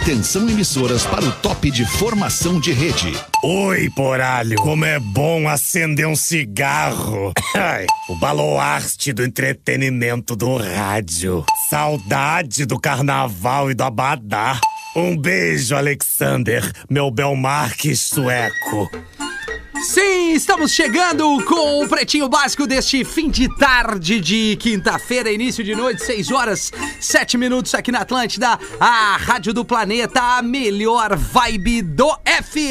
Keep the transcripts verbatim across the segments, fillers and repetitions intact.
Atenção emissoras para o top de formação de rede. Oi, poralho, como é bom acender um cigarro. O baluarte do entretenimento do rádio. Saudade do carnaval e do abadá. Um beijo, Alexander, meu Belmarques sueco. Sim, estamos chegando com o Pretinho Básico deste fim de tarde de quinta-feira, início de noite, seis horas, sete minutos aqui na Atlântida, a Rádio do Planeta, a melhor vibe do F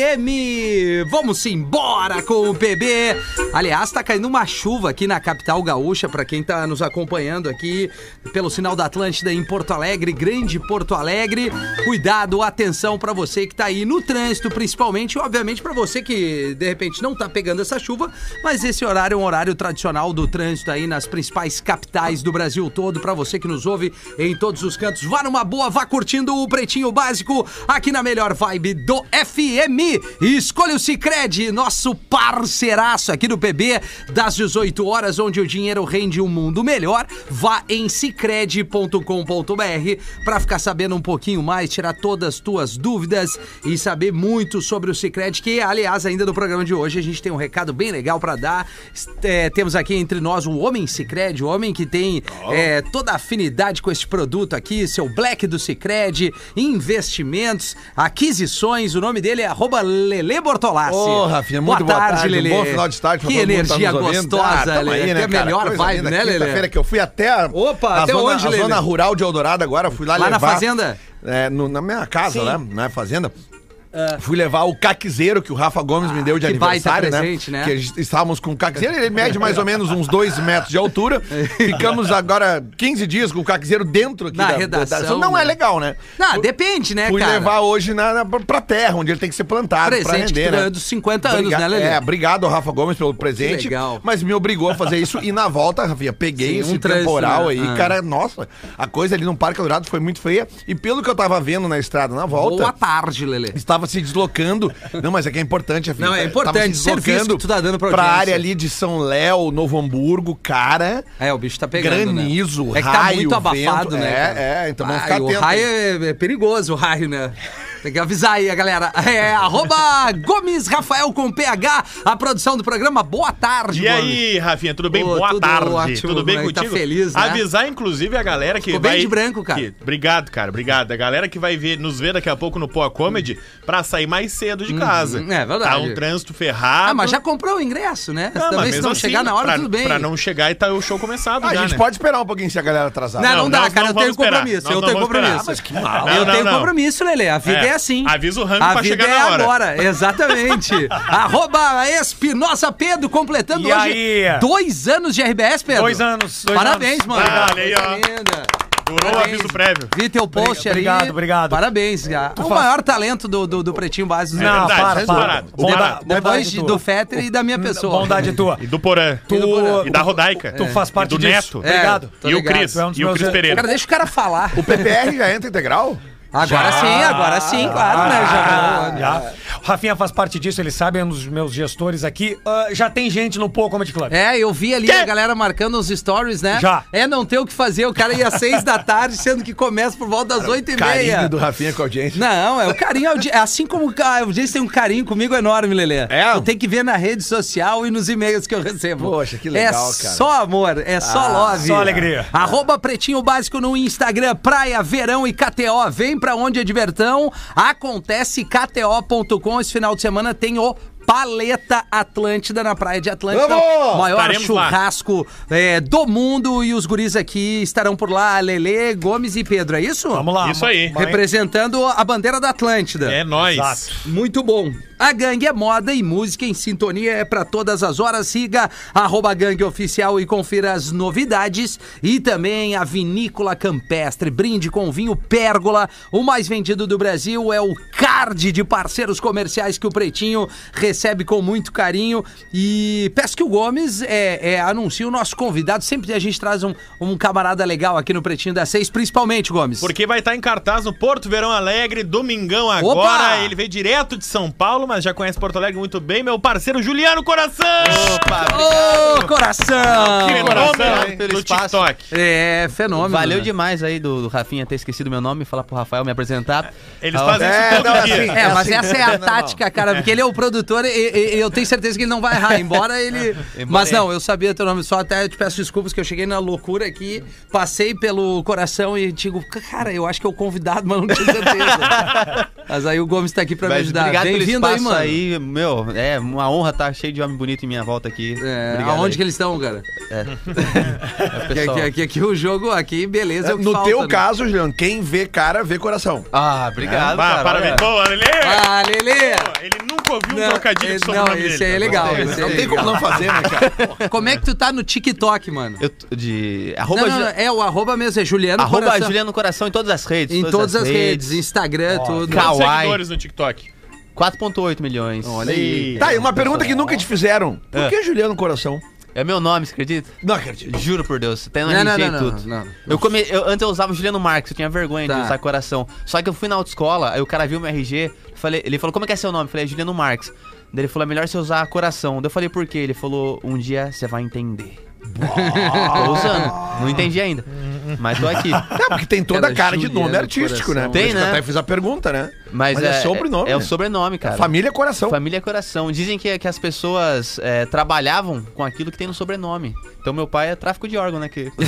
M. Vamos embora com o P B. Aliás, tá caindo uma chuva aqui na capital gaúcha, para quem tá nos acompanhando aqui pelo sinal da Atlântida em Porto Alegre, grande Porto Alegre. Cuidado, atenção para você que tá aí no trânsito, principalmente, e obviamente para você que de repente não tá pegando essa chuva, mas esse horário é um horário tradicional do trânsito aí nas principais capitais do Brasil todo. Pra você que nos ouve em todos os cantos, vá numa boa, vá curtindo o Pretinho Básico aqui na melhor vibe do F M. E escolha o Sicredi, nosso parceiraço aqui do P B, das dezoito horas, onde o dinheiro rende um mundo melhor. Vá em sicredi ponto com ponto br pra ficar sabendo um pouquinho mais, tirar todas as tuas dúvidas e saber muito sobre o Sicredi, que aliás ainda no programa de hoje Hoje a gente tem um recado bem legal pra dar. É, temos aqui entre nós o Homem Sicredi, o homem que tem oh. é, toda a afinidade com este produto aqui, seu Black do Sicredi, investimentos, aquisições. O nome dele é arroba Lele Bortolassi. Ô, oh, Rafinha, muito boa, boa tarde, tarde Lelê. Um bom final de tarde pra que todo mundo energia tá gostosa, ah, Lelê. Aí, né, que é a melhor cara, vibe, né, Lelê? Quinta-feira que eu fui até a, Opa, a, até zona, onde, a Lelê? zona rural de Eldorado agora, fui lá, lá levar... Lá na fazenda? É, no, na minha casa, Sim. né? Na fazenda. Uh, Fui levar o caquizeiro que o Rafa Gomes ah, me deu de aniversário, presente, né? né? Que estávamos com o caquizeiro, ele mede mais ou menos uns dois metros de altura. Ficamos agora quinze dias com o caquizeiro dentro aqui na da redação. Da, não né? é legal, né? Não, Fui, depende, né, Fui cara? Fui levar hoje na, na, pra terra, onde ele tem que ser plantado. Presente pra render, que né? dos cinquenta Obriga- anos, né, Lelê? É, obrigado ao Rafa Gomes pelo presente. Que legal. Mas me obrigou a fazer isso. E na volta, Rafinha, peguei Sim, esse um temporal trânsito, né? aí. Ah. Cara, nossa, a coisa ali no Parque Eldorado foi muito feia. E pelo que eu tava vendo na estrada na volta... Boa tarde, Lelê. Estava se deslocando. Não, mas é que é importante, Não, é importante, serviço que tu tá dando pra pra audiência. área ali de São Léo, Novo Hamburgo, cara. É, o bicho tá pegando, granizo, né? É que raio, tá muito abafado, vento, né? É, cara? é, então vamos ah, ficar atentos. O raio é, é perigoso, o raio, né? Tem que avisar aí, a galera. É, arroba Gomes Rafael com P H, a produção do programa. Boa tarde, E Gomes. aí, Rafinha, tudo bem? Ô, Boa tudo tarde. ótimo, tudo bem né? contigo? Tá feliz, né? Avisar, inclusive, a galera que Ficou vai... bem de branco, cara. Que... Obrigado, cara, obrigado. A galera que vai ver, nos ver daqui a pouco no Poa Comedy hum. pra sair mais cedo de casa. Hum, é verdade. Tá um trânsito ferrado. Ah, mas já comprou o ingresso, né? Não, Também se não assim, chegar na hora, pra, tudo bem. Pra não chegar e tá o show começado ah, já, A gente né? pode esperar um pouquinho se a galera atrasar. Não, não, não dá, nós cara, não eu tenho esperar. compromisso, Nós eu não tenho compromisso. compromisso. Ah, mas que mal. Eu Não, tenho não, compromisso, Lelê, a vida é, é assim. Avisa o rango a pra vida chegar é na hora. agora, exatamente. Arroba Espinosa Pedro, completando E hoje aí? dois anos de R B S, Pedro. Dois anos. Dois Parabéns, anos. mano. Ah, olha aí, ó. Linda. Durou o aviso prévio. Vi teu post ali. Obrigado, obrigado. Parabéns, cara. O faz- maior talento do, do, do Pretinho Básico. É Não, verdade, para, disparado, para. disparado. Bonda- Depois bondade de- tua. do Fetter e da minha pessoa. Bondade tua. E do Porã. Tu, E da Rodaica. Tu faz parte e do disso. Neto. É, Obrigado. tô E o ligado. Cris. Tu é um dos E o meus- Cris Pereira. Cara, deixa o cara falar. O P P R já entra integral? Agora sim, agora sim, claro, né? Já, Já. O Rafinha faz parte disso, ele sabe, é um dos meus gestores aqui. Ah, já tem gente no Poa Comedy Club. É, eu vi ali a galera marcando uns stories, né? Já. É, não ter o que fazer. O cara ia às seis da tarde, sendo que começa por volta das oito e meia. Carinho do Rafinha com a audiência. Não, é o carinho, audi- assim como a audiência tem um carinho comigo enorme, Lelê. É? Tu tem que ver na rede social e nos e-mails que eu recebo. Poxa, que legal, é cara. só amor, é só love. só alegria. Arroba Pretinho Básico no Instagram, Praia, Verão e K T O. Vem pra onde é divertão. Acontece K T O ponto com. Esse final de semana tem o Paleta Atlântida na Praia de Atlântida. Vamos! Maior Estaremos churrasco é, do mundo e os guris aqui estarão por lá, Lelê, Gomes e Pedro, é isso? Vamos lá. Isso aí. Representando a bandeira da Atlântida. É nóis. Exato. Muito bom. A Gangue é moda e música em sintonia, é pra todas as horas. Siga arroba Gangue Oficial e confira as novidades. E também a Vinícola Campestre. Brinde com vinho Pérgola. O mais vendido do Brasil é o card de parceiros comerciais que o Pretinho recebe recebe com muito carinho. E peço que o Gomes é, é, anuncie o nosso convidado. Sempre a gente traz um, um camarada legal aqui no Pretinho das Seis, principalmente, Gomes. Porque vai estar em cartaz no Porto Verão Alegre, domingão agora. Opa! Ele veio direto de São Paulo, mas já conhece Porto Alegre muito bem. Meu parceiro Juliano Coração! Opa, Ô, oh, Coração! Que fenômeno pelo TikTok. É, fenômeno. Valeu né? demais aí do, do Rafinha ter esquecido meu nome e falar pro Rafael me apresentar. Eles fazem é, isso todo não, dia. Assim, é, é, mas assim, essa é a tática, cara, porque ele é o produtor e, e, e eu tenho certeza que ele não vai errar, embora ele... Mas não, eu sabia teu nome, só até eu te peço desculpas que eu cheguei na loucura aqui, passei pelo Coração e digo, cara, eu acho que é o convidado, mas não tinha certeza. Mas aí o Gomes tá aqui pra mas me ajudar. Obrigado Bem-vindo aí, mano. Aí, meu, é uma honra estar cheio de homem bonito em minha volta aqui. É, aonde aí. que eles estão, cara? É. é aqui, aqui, aqui o jogo, aqui, beleza, é, No falta, teu né? caso, Juliano, quem vê cara, vê coração. Ah, obrigado, é. Bah, parabéns. Boa, Lelê! Ah, Lelê! Ele nunca ouviu não, um trocadilho esse, sobre não, o nome esse dele. é legal. Não, esse não é tem legal. como não fazer, né, cara? Como é que tu tá no TikTok, mano? Eu, de... Arroba não, não, não, é o arroba mesmo, é Juliano arroba Coração. Juliano Coração em todas as redes. Em todas, todas as, as redes, redes, Instagram, oh, tudo. Quantos seguidores no TikTok? quatro ponto oito milhões. Olha aí. Tá, e uma pergunta que nunca te fizeram. Por é. que Juliano Coração? É meu nome, você acredita? Não acredito. Juro por Deus. Até no não, R G não, e tudo. Não, não, não. Eu come... eu, antes eu usava o Juliano Marques, eu tinha vergonha tá. de usar Coração. Só que eu fui na autoescola, aí o cara viu meu R G, falei, ele falou, como é que é seu nome? Eu falei, é Juliano Marques. Daí ele falou, é melhor você usar Coração. Daí eu falei, por quê? Ele falou, um dia você vai entender. Tô usando. Não entendi ainda. Mas tô aqui. É, porque tem toda a cara de nome artístico, né? Tem, né? Eu até fiz a pergunta, né? Mas, Mas é, é sobrenome. É, é o sobrenome, cara. Família Coração. Família Coração. Dizem que, que as pessoas é, trabalhavam com aquilo que tem no sobrenome. Então meu pai é tráfico de órgão, né? Que...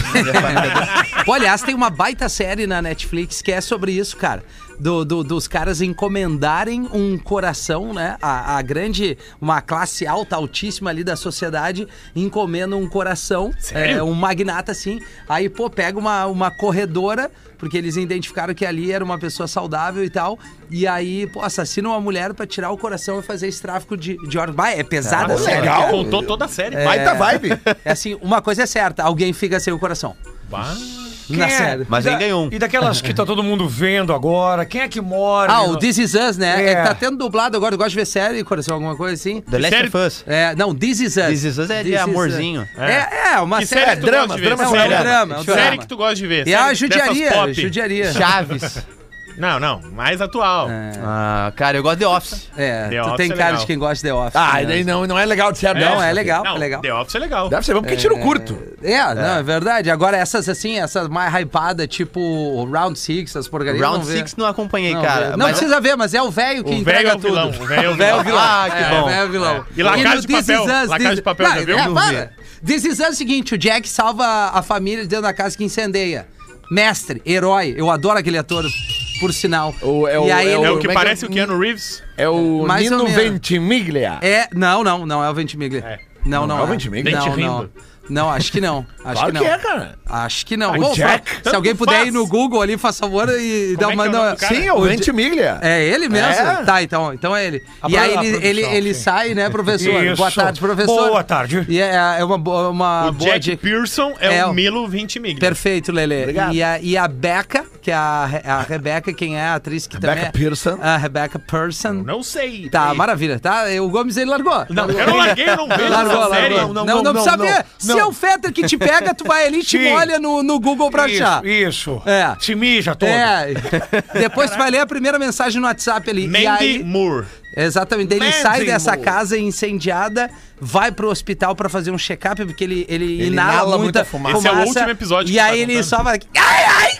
Pô, aliás, tem uma baita série na Netflix que é sobre isso, cara. Do, do, dos caras encomendarem um coração, né? A, a grande, uma classe alta, altíssima ali da sociedade encomenda um coração. Sério? É, um magnata, assim. Aí, pô, pega uma, uma corredora, porque eles identificaram que ali era uma pessoa saudável e tal. E aí, pô, assassinam uma mulher pra tirar o coração e fazer esse tráfico de, de órgãos. Vai, é pesada, ah, sério. Legal. Contou toda a série. É, Baita vibe. É assim, uma coisa é certa, alguém fica sem o coração. Bah. Na é? série. Mas ele ganhou um. E daquelas que tá todo mundo vendo agora, quem é que mora? Ah, o This Is Us, né? É. É que tá tendo dublado agora. Eu gosto de ver série, coração, alguma coisa assim. The Last of Us. É, não, This Is Us. This Is Us é de amorzinho. É, é, uma Que série. série que tu drama, gosta de ver? drama, É um série, drama, é um série drama. que tu gosta de ver. E a Série judiaria, dessas pop. judiaria. Chaves. Não, não, mais atual. É, Ah, cara, eu gosto de The Office. é The tu Office tem é cara legal. de quem gosta de The Office. Ah, né? e daí não, não é legal de ser Não, é legal, Não, é legal. The Office é legal. Deve ser bom porque tiro curto. É, não, é verdade. Agora essas assim, essas mais hypadas, tipo Round Six, essas porcarias. Round não vê. Six não acompanhei, Não, cara. vê. Não mas- precisa ver, mas é o velho que O entrega velho é o tudo. vilão. O velho é o O velho é o vilão. vilão. Ah, que É, bom. o velho é o vilão. É. E La no Casa de This Papel. Is Us, La This- Casa de Papel, Não, já viu? É, Não para. This Is Us é o seguinte, o Jack salva a família dentro da casa que incendeia. Mestre, herói, eu adoro aquele ator, por sinal. O- é o- e aí é ele... É o que Como é que parece é? o Keanu Reeves. É o Mais ou Nino menos. Ventimiglia. É, não, não, não é o Ventimiglia. É. Não, não, Não é o Ventimiglia? Não, Vente não. rindo. Não, acho que não. Acho Claro que não. que é, cara. Acho que não. O Bom, Jack. fa- se Tanto alguém puder faz. ir no Google ali, faz favor e dar é que uma... é o nome do cara? Sim, é o O Ventimiglia. É ele mesmo? É. Tá, então, então é ele. A e pro- aí a ele, produção, ele, ele sim. sai, né, professor? Isso. Boa tarde, professor. Boa tarde. E é, é uma, boa- uma O boa Jack dica. Pearson é, É o o- Milo Ventimiglia. Perfeito, Lelê. Obrigado. E a, e a Becca, que é a, Re- a Rebecca, quem é a atriz que Rebecca também é... Pearson. A Rebecca Pearson. Não sei. Tá, Peraí. maravilha, tá? O Gomes, ele largou. Não, eu não larguei, eu não vejo Largou, essa série. largou. Não, não, não, não, precisa não, ver. Se não. é o Fetter que te pega, tu vai ali e te Sim. molha no, no Google pra achar. Isso, isso. É. Se mija todo. É, depois tu vai ler a primeira mensagem no WhatsApp ali. E Mandy aí, Moore. exatamente, daí ele Mandy sai dessa Moore. casa incendiada, vai pro hospital pra fazer um check-up, porque ele, ele, Ele inala, inala muita, muita fumaça. Esse é o último episódio E que aí tá ele contando. só vai... Ai, ai!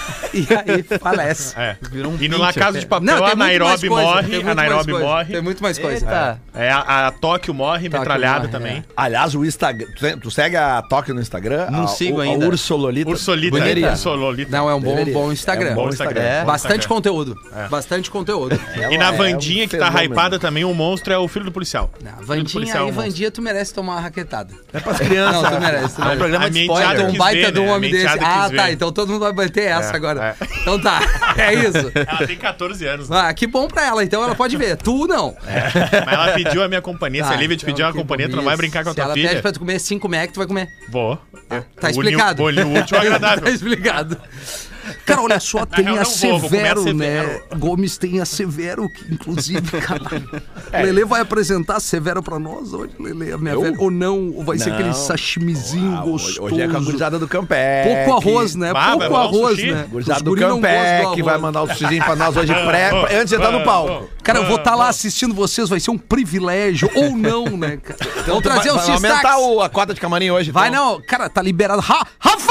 E aí falece. É. Virou um E no La pincher. Casa de Papel, Não, tem a muito mais Nairobi coisa, tem morre. muito A mais Nairobi coisa, morre. Tem muito mais coisa. Eita. É, a, a Tóquio morre, Tóquio metralhada morre, também. Aliás, o Instagram. Tu, se- tu segue a Tóquio no Instagram? Não a, sigo o, ainda. A Ursololita. Ursolita. Bonita. Ursololita. Não, é um bom, Deveria. bom Instagram. É um bom Instagram. É. Bom Bastante Instagram. conteúdo. Bastante conteúdo. E na Ela é Vandinha, um que tá fenômeno. hypada também, o monstro é o filho do policial. Não, Filho do Vandinha, policial é aí, um monstro. Vandinha, tu merece tomar uma raquetada. É pras crianças. Não, tu merece. Tu É um merece. programa A de minha spoiler. enteada um quis baita ver, de um né? A homem minha desse. enteada Ah, quis tá. ver. Então todo mundo vai bater essa É, agora. é. Então tá. É isso. Ela tem catorze anos. né? Ah, que bom pra ela. Então ela pode ver. Tu não. Mas ela pediu a minha companhia. Se Tá, a Lívia te então, pedir uma que companhia, tu não bom. vai brincar com a Se tua ela filha? pede pra tu comer cinco Mac, tu vai comer. Vou. Tá Unir- explicado. Unir o útil ao Tá agradável. explicado. Cara, olha só, tem real, a não vou, vou comer a Severo, Severo. né? Gomes tem a Severo, que, inclusive, cara. É. Lelê vai apresentar a Severo pra nós hoje, Lelê, a minha Eu? velha. Ou não, ou vai ser Não. aquele sashimizinho Ah, gostoso. hoje, hoje é com a gurizada do Campec. Pouco arroz, né? Ah, vai Pouco rolar um arroz, sushi? né? Gurizada Os do guri não gostam Campec do vai arroz. mandar o sushizinho pra nós hoje pré, antes de entrar no palco. Cara, eu vou estar lá assistindo vocês, vai ser um privilégio. Ou não, né, cara? Vamos trazer vai, os vai destaques. aumentar o, a cota de camarim hoje. Vai então. não, cara, tá liberado. Ra Rafa!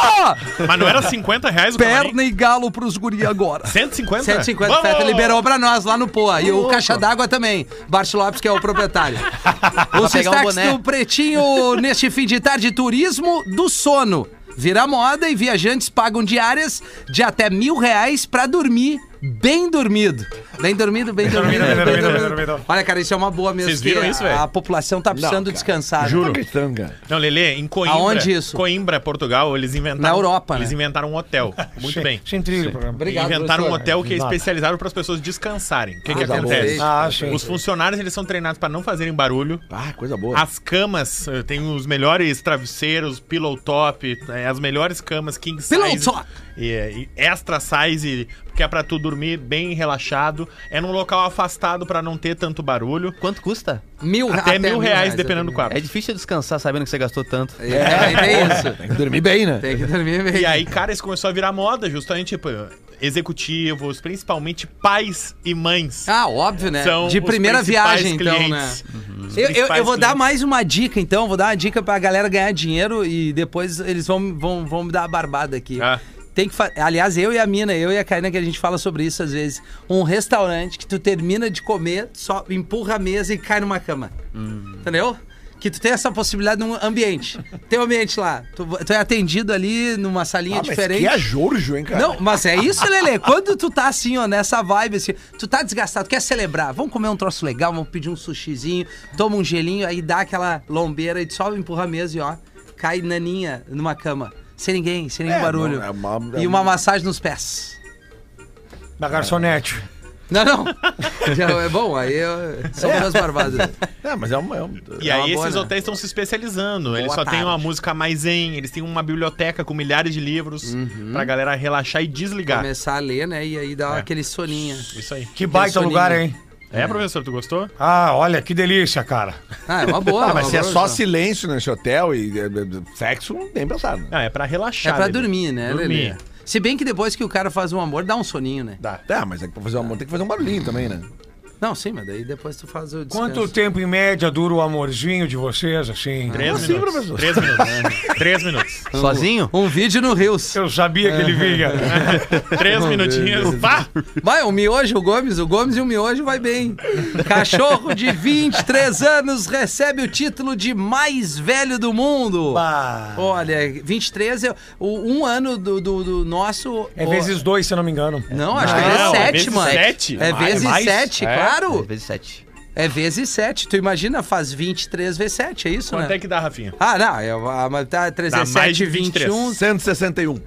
Mas não era cinquenta reais o camarim? Perna e galo pros guri agora. cento e cinquenta? cento e cinquenta, Vamos! Feta liberou pra nós lá no Poa. E o Caixa d'Água também. Bart Lopes, que é o proprietário. Os pegar um destaques boné. do Pretinho neste fim de tarde: turismo do sono. Vira moda e viajantes pagam diárias de até mil reais pra dormir bem dormido. Bem dormido, bem dormido, bem dormido. Olha, cara, isso é uma boa mesmo. Vocês viram que isso, a- velho? A população tá precisando Não, cara. descansar. Juro. né? Acreditando, cara. Não, Lelê, em Coimbra. Aonde isso? Coimbra, Portugal, eles inventaram. Na Europa, Eles né? inventaram um hotel. Muito bem. Sem trilho, programa. Obrigado, inventaram um professor. hotel que é Nada. especializado para as pessoas descansarem. O que, que Ah, tá bom. acontece? Ah, sim. Os funcionários eles são treinados para não fazerem barulho. Ah, coisa boa. As camas eh, tem os melhores travesseiros, pillow top, eh, as melhores camas king size. Pillow top. E, e extra size, que é pra tu dormir bem relaxado. É num local afastado pra não ter tanto barulho. Quanto custa? Mil, Até, mil reais, dependendo do exatamente. quarto. É difícil descansar sabendo que você gastou tanto. É, é, isso. Tem que dormir bem, né? Tem que dormir bem. E aí, cara, isso começou a virar moda, justamente, tipo, executivos, principalmente pais e mães. Ah, óbvio, né? São De os primeira principais viagem, então, clientes. né? Os Eu, eu, principais eu vou dar clientes. mais uma dica, então. Vou dar uma dica pra galera ganhar dinheiro e depois eles vão, vão, vão me dar a barbada aqui. Ah. Tem que fa... Aliás, eu e a Mina, eu e a Karina, que a gente fala sobre isso às vezes. Um restaurante que tu termina de comer, só empurra a mesa e cai numa cama. Entendeu? Que tu tem essa possibilidade num ambiente. Tem um ambiente lá. Tu, tu é atendido ali numa salinha Ah, mas diferente. que ajorjo, hein, cara? Não, mas é isso, Lelê. Quando tu tá assim, ó, nessa vibe, assim, tu tá desgastado, quer celebrar, vamos comer um troço legal, vamos pedir um sushizinho, toma um gelinho, aí dá aquela lombeira e tu só empurra a mesa e ó, cai naninha numa cama. Sem ninguém, sem nenhum É, barulho. não, é uma- é E uma massagem nos pés. Da garçonete. Não, não. Já é bom, aí eu... são duas barbadas. É, mas é uma... É uma E É aí uma boa, esses né? hotéis estão se especializando. Eles só tarde. têm uma música mais zen, eles têm uma biblioteca com milhares de livros pra galera relaxar e desligar. Começar a ler, né, e aí dá É. aquele soninho. Isso aí. Que baita soninho. lugar, hein? É, professor, tu gostou? Ah, olha, que delícia, cara. Ah, é uma boa. Ah, mas uma se é boa só opção. silêncio nesse hotel e é, é, sexo, nem pensado. Não, é pra relaxar. É pra Lelê. dormir, né, Dormir. Lelê? Se bem que depois que o cara faz um amor, dá um soninho, né? Dá. Tá, mas é que pra fazer um amor tem que fazer um barulhinho também, né? Não, sim, mas daí depois tu faz o descanso. Quanto tempo em média dura o amorzinho de vocês, assim? Três Assim, minutos. professor. Três minutos. Três minutos. Sozinho? Um vídeo no Rios. Eu sabia que ele vinha. Três minutinhos. Pá! Vai, o miojo, o Gomes, o Gomes e o miojo vai bem. Cachorro de vinte e três anos recebe o título de mais velho do mundo. Bah. Olha, vinte e três é o, um ano do, do, do nosso... É o- vezes dois, se eu não me engano. Não, acho Não, que é é sete, vezes mano. sete. É Mais- vezes mais? sete, É? claro. Vezes sete. É vezes sete. Tu imagina, faz vinte e três vezes sete, é isso, Quanto né? é que dá, Rafinha? Ah, não, é, a- mas tá Dá mais de dezessete, vinte e um. cento e sessenta e um.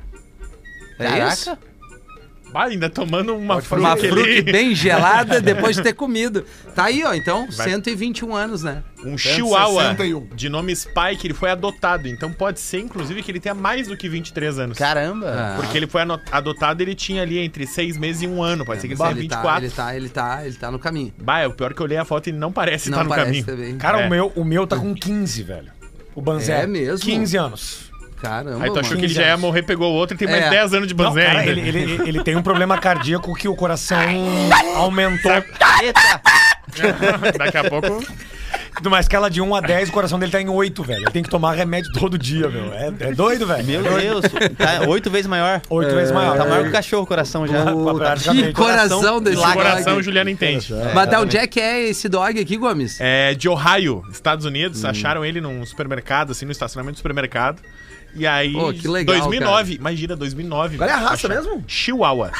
É isso? Ah, ainda tomando uma Uma fruta fruta ali. bem gelada depois de ter comido. Tá aí, ó, então, Vai. cento e vinte e um anos, né? Um chihuahua sessenta e um. de nome Spike, ele foi adotado. Então pode ser, inclusive, que ele tenha mais do que vinte e três anos. Caramba. Ah. Porque ele foi ano- adotado, ele tinha ali entre seis meses e um ano. Pode ser que ele tenha ele, vinte e tá, quatro. ele, tá, ele, tá, ele tá no caminho. Bah, é o pior que eu olhei a foto e não parece Não estar no parece caminho. também. Cara, É. o, meu, o meu tá com quinze, velho. O Banzé. É mesmo? quinze anos. Caramba, Aí tu achou mano. que ele já ia morrer, pegou o outro e tem mais É. dez anos de Não, banzé cara, ainda. ele, ele, ele tem um problema cardíaco que o coração aumentou. Eita! Daqui a pouco... Numa escala de um a dez, o coração dele tá em oito, velho. Ele tem que tomar remédio todo dia, meu. É, é doido, velho. Meu Deus. Tá oito vezes maior. Oito vezes maior. Tá maior que o cachorro, o coração já. Que coração desse O coração, o dog. Juliano entende. Mas da onde é que é esse dog aqui, Gomes? É de Ohio, Estados Hum. Unidos. Acharam ele num supermercado, assim, no estacionamento do supermercado. E aí, Pô, que legal, dois mil e nove, imagina, dois mil e nove. Qual é a raça acharam. mesmo? Chihuahua.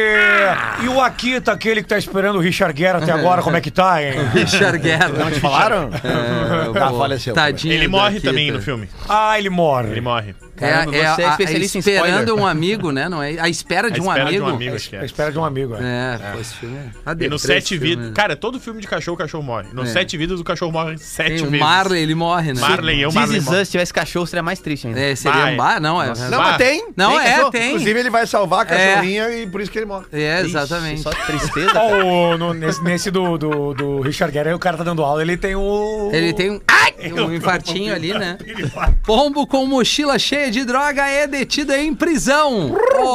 E, e o Akita, aquele que tá esperando o Richard Guerra até agora, como é que tá, hein? Richard Guerra. Não te falaram? É, Ah, pô, faleceu. Tadinho Ele do morre Akita. também no filme. Ah, ele morre. Ele morre. Caramba, é, você é, é especialista a, em spoiler. Esperando um amigo, né? Não é? A Espera de um espera Amigo. de um amigo, acho que é. A Espera de um Amigo, é. É, pô, esse filme é... Ah, E no Sete Vidas... Cara, todo filme de cachorro, o cachorro morre. No É. Sete Vidas, o cachorro morre sete Tem o vezes. Marley, ele morre, né? Marley, eu, This Marley Is morre. Us, se tivesse cachorro, seria mais triste ainda. É, seria Vai. um bar? Não, é... Não, mas tem. Não, Tem é, cachorro? tem. Inclusive, ele vai salvar a cachorrinha e por isso que ele morre. É, Ixi, exatamente. Só tristeza. Ó, o- no- nesse nesse do, do, do Richard Gere, o cara tá dando aula, ele tem o... Ele tem um, ai, um infartinho ali, né? Pombo com mochila cheia de droga é detido em prisão.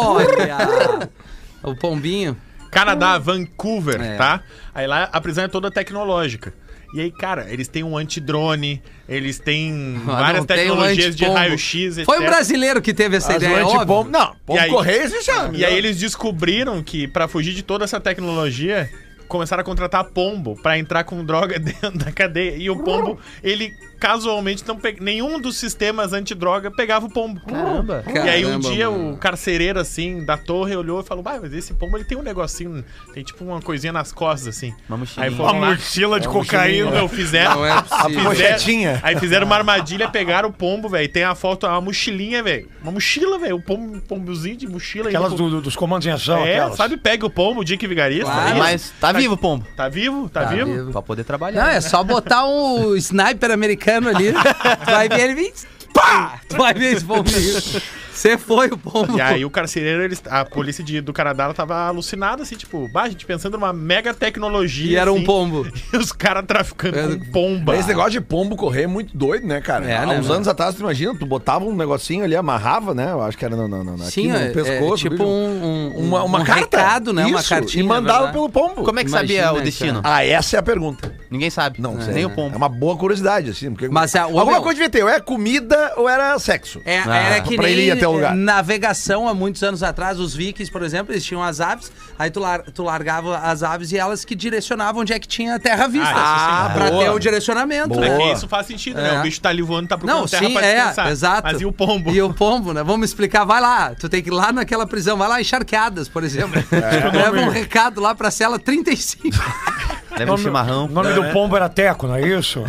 Olha! O pombinho. Canadá, Vancouver, É. tá? Aí lá a prisão é toda tecnológica. E aí, cara, eles têm um antidrone, eles têm Ah, várias não, tem um tecnologias de antipombo. raio-x, etcétera. Foi um brasileiro que teve essa As ideia, antipombo- óbvio. Não, pombo E aí- correio existe já. E aí eles descobriram que, pra fugir de toda essa tecnologia, começaram a contratar pombo pra entrar com droga dentro da cadeia. E o pombo, ele casualmente não pegava. Nenhum dos sistemas antidroga pegava o pombo. Caramba. E aí um Caramba, dia mano. o carcereiro, assim, da torre olhou e falou: vai, mas esse pombo ele tem um negocinho, tem tipo uma coisinha nas costas, assim. Uma mochilinha. Aí foram Uma lá, mochila de cocaína. Não, fizeram. Não é possível. fizeram- pochetinha. Aí fizeram uma armadilha, pegaram o pombo, velho. Tem a foto, uma mochilinha, velho. Uma mochila, velho. O pombo, um pombozinho de mochila. Aquelas indo pro- do- do- dos comandos em ação, É, aquelas. sabe, pega o pombo, o Dick Vigarista. Claro. é isso. Mas tá vivo, pombo. Tá vivo? Tá, Tá vivo? vivo. Pra poder trabalhar. Não, é só botar um sniper americano ali. Tu vai ver ele vir. Pá! Tu vai ver esse pombinho. Você foi o pombo. E aí o carcereiro, eles, a polícia de- do Canadá, ela tava alucinada, assim, tipo, bah, a gente pensando numa mega tecnologia. E era um assim, pombo. E os caras traficando É, com pomba. Esse negócio de pombo correr é muito doido, né, cara? É, Há né, uns né? anos atrás, tu imagina, tu botava um negocinho ali, amarrava, né? Eu acho que era no, no, no, aqui Sim, no é, pescoço. é tipo bicho. um, um, uma, uma um carta. recado, né? Uma Isso, cartinha. E mandava verdade. pelo pombo. Como é que Imagina, sabia o cara. destino? Ah, essa é a pergunta. Ninguém sabe. Não, sei. Nem o pombo. É uma boa curiosidade, assim. Porque Mas, é, o alguma meu- coisa devia ter, ou é comida ou era sexo. É, Ah, era que pra nem ele ir até o lugar. navegação há muitos anos atrás, os vikings, por exemplo, eles tinham as aves, aí tu, lar, tu largava as aves e elas que direcionavam onde é que tinha terra à vista. Ah, pra boa. ter o direcionamento, Boa. É né? que isso faz sentido, né? É. O bicho tá ali voando, tá procurando Não, terra sim, pra é, descansar. exato. Mas e o pombo? E o pombo, né? Vamos explicar, vai lá, tu tem que ir lá naquela prisão, vai lá em Charqueadas, por exemplo. Leva um recado lá pra cela trinta e cinco. Leva um chimarrão. O nome do pombo era Teco, não é isso?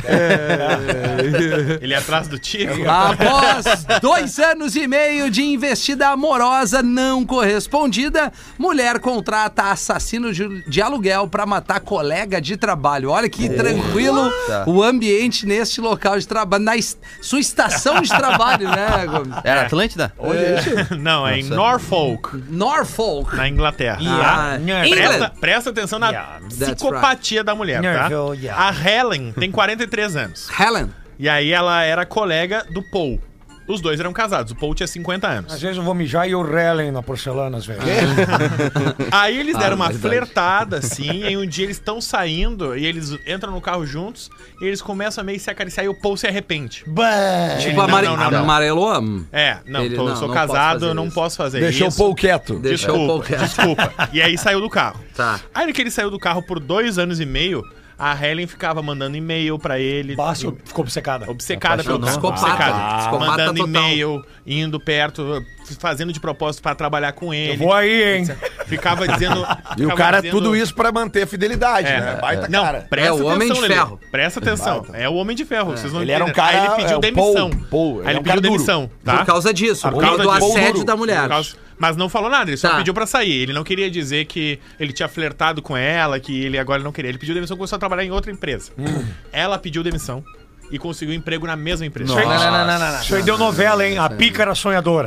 Ele é atrás do tiro. Após dois anos e meio de investida amorosa não correspondida, mulher contrata assassino de, de aluguel pra matar colega de trabalho. Olha que tranquilo o ambiente neste local de trabalho, na es- sua estação de trabalho, né, Gomes? Era Atlântida? Não, é em Norfolk, Norfolk. na Inglaterra. Ah, Yeah. England. Presta, presta atenção na Yeah, that's psicopatia da mulher, tá? Nervil, yeah. A Helen tem quarenta e três anos. Helen. E aí ela era colega do Paul. Os dois eram casados. O Paul tinha cinquenta anos. Às vezes eu vou mijar e o relem na porcelana, às vezes. Aí eles deram Ah, uma verdade. flertada, assim, e aí um dia eles estão saindo e eles entram no carro juntos e eles começam a meio se acariciar e o Paul se arrepende. Ele, Tipo, não, amare... não, não, não. amarelo. hum. É, não, Ele- tô- não, sou não posso casado, fazer eu não isso. posso fazer Deixou isso. o Paul quieto. Deixou o Paul Desculpa, quieto. desculpa. E aí saiu do carro. Tá. Aí que ele saiu do carro por dois anos e meio, a Helen ficava mandando e-mail pra ele. Baço ficou obcecada. Obcecada pelo cara. Psicopata. Obcecada. Psicopata Mandando total. e-mail, indo perto, fazendo de propósito pra trabalhar com ele. Eu vou aí, hein? Ficava dizendo. E o ficava cara, dizendo- tudo isso pra manter a fidelidade, É. né? Baita Não, cara. presta É o Homem atenção, de Lelê. Ferro. Presta atenção. Baita. É o Homem de Ferro. Vocês não Ele era um entenderam. cara- Aí ele pediu é, o demissão. Paul, Paul, ele Aí é ele um pediu cara duro. demissão, tá? Por causa disso, Por por causa causa do disso. assédio da mulher. Por causa- Mas não falou nada, ele só Tá. pediu pra sair. Ele não queria dizer que ele tinha flertado com ela, que ele agora não queria. Ele pediu demissão e começou a trabalhar em outra empresa. Ela pediu demissão e conseguiu emprego na mesma empresa. Isso aí- Não, não, não, não, não. Isso aí deu novela, hein? A pícara sonhadora.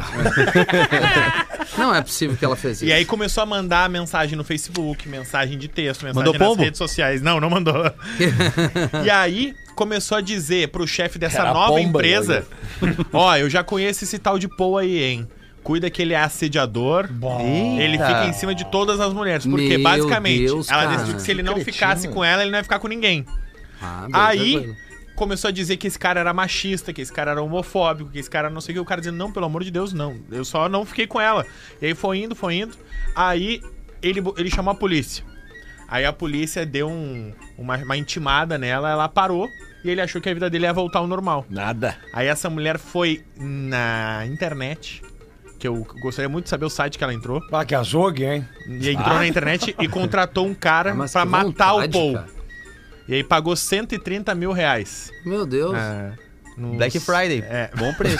Não é possível que ela fez isso. E aí começou a mandar mensagem no Facebook, mensagem de texto, mensagem Mandou nas pombo? redes sociais. Não, não mandou. E aí começou a dizer pro chefe dessa Era nova pomba, empresa: ó, eu já conheço esse tal de Paul aí, hein? Cuida que ele é assediador. Ele Eita. fica em cima de todas as mulheres. Porque, Meu basicamente, Deus, ela cara. decidiu que se ele não Que ficasse cretino. com ela, ele não ia ficar com ninguém. Ah, bem, Aí tranquilo. começou a dizer que esse cara era machista, que esse cara era homofóbico, que esse cara não sei o que. O cara dizendo, não, pelo amor de Deus, não. Eu só não fiquei com ela. E aí foi indo, foi indo. Aí ele, ele chamou a polícia. Aí a polícia deu um- uma, uma intimada nela, ela parou e ele achou que a vida dele ia voltar ao normal. Nada. Aí essa mulher foi na internet, que eu gostaria muito de saber o site que ela entrou. Ah, que azogue, hein? E entrou na internet e contratou um cara Mas pra que matar vontade, o Paul. cara. E aí pagou cento e trinta mil reais. Meu Deus. É. Nos... Black Friday. É. Bom preço.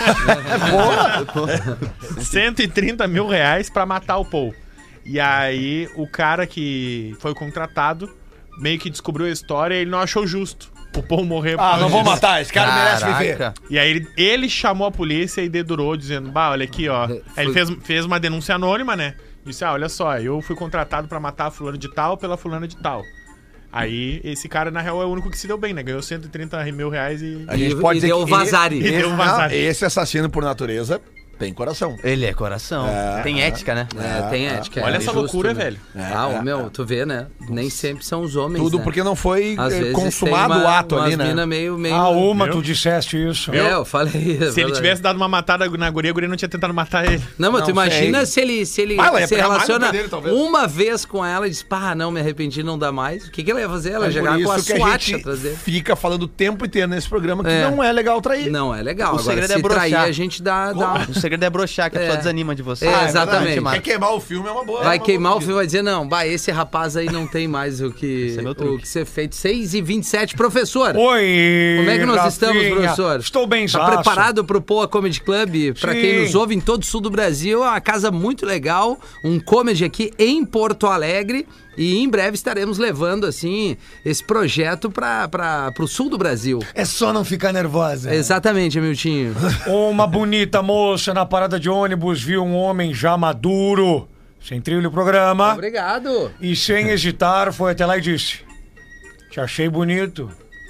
cento e trinta mil reais pra matar o Paul. E aí, o cara que foi contratado meio que descobriu a história e ele não achou justo o Paul morrer. Ah, não vou matar, esse cara Caraca. merece viver. E aí, ele, ele chamou a polícia e dedurou, dizendo: bah, olha aqui, ó. Aí ele fez, fez uma denúncia anônima, né? Disse: ah, olha só, eu fui contratado pra matar a fulana de tal pela fulana de tal. Aí, esse cara, na real, é o único que se deu bem, né? Ganhou cento e trinta mil reais e... A gente E- pode e dizer deu que vazare. Esse, E deu não, vazare. esse assassino por natureza tem coração. Ele é coração. É. Tem ética, né? É, tem ética. Olha é essa justo, loucura, né? velho. Ah, É, ô, meu, tu vê, né? Nem sempre são os homens, Tudo né? porque não foi Às eh, vezes consumado tem o uma- ato umas ali, né? mina meio, meio... Ah, uma, Viu? tu disseste isso. É, eu falei. Se ele tivesse dado uma matada na guria, a guria não tinha tentado matar ele. Não, mas tu Não imagina sei. se ele se, ele Ah, ela ia se pegar mais no relaciona pé dele, talvez. uma vez com ela e diz, pá, não, me arrependi, não dá mais. O que, que ela ia fazer? Ela É ia por chegar com a isso que SWAT a gente atrás dele. fica falando o tempo inteiro nesse programa que É. não é legal trair. Não, é legal. O Agora, segredo se é broxar. trair, a gente dá... dá... O segredo é broxar, que a É. pessoa desanima de você. É, Ah, exatamente. verdade, Quer queimar o filme é uma boa. Vai é uma queimar boa o filme, vai dizer, não, bah, esse rapaz aí não tem mais o que, Esse é meu o truque. que ser feito. seis e vinte e sete, professor. Oi, Como é que nós Rafinha. estamos, professor? Estou bem, Tá zaço. preparado pro Poa Comedy Club? Pra Sim. quem nos ouve em todo o sul do Brasil, é uma casa muito legal, um comedy aqui em Porto Alegre. E em breve estaremos levando, assim, esse projeto para pro sul do Brasil. É só não ficar nervosa. Exatamente, Amiltinho. Uma bonita moça na parada de ônibus viu um homem já maduro, sem trilho o programa, Obrigado. e sem hesitar foi até lá e disse: te achei bonito,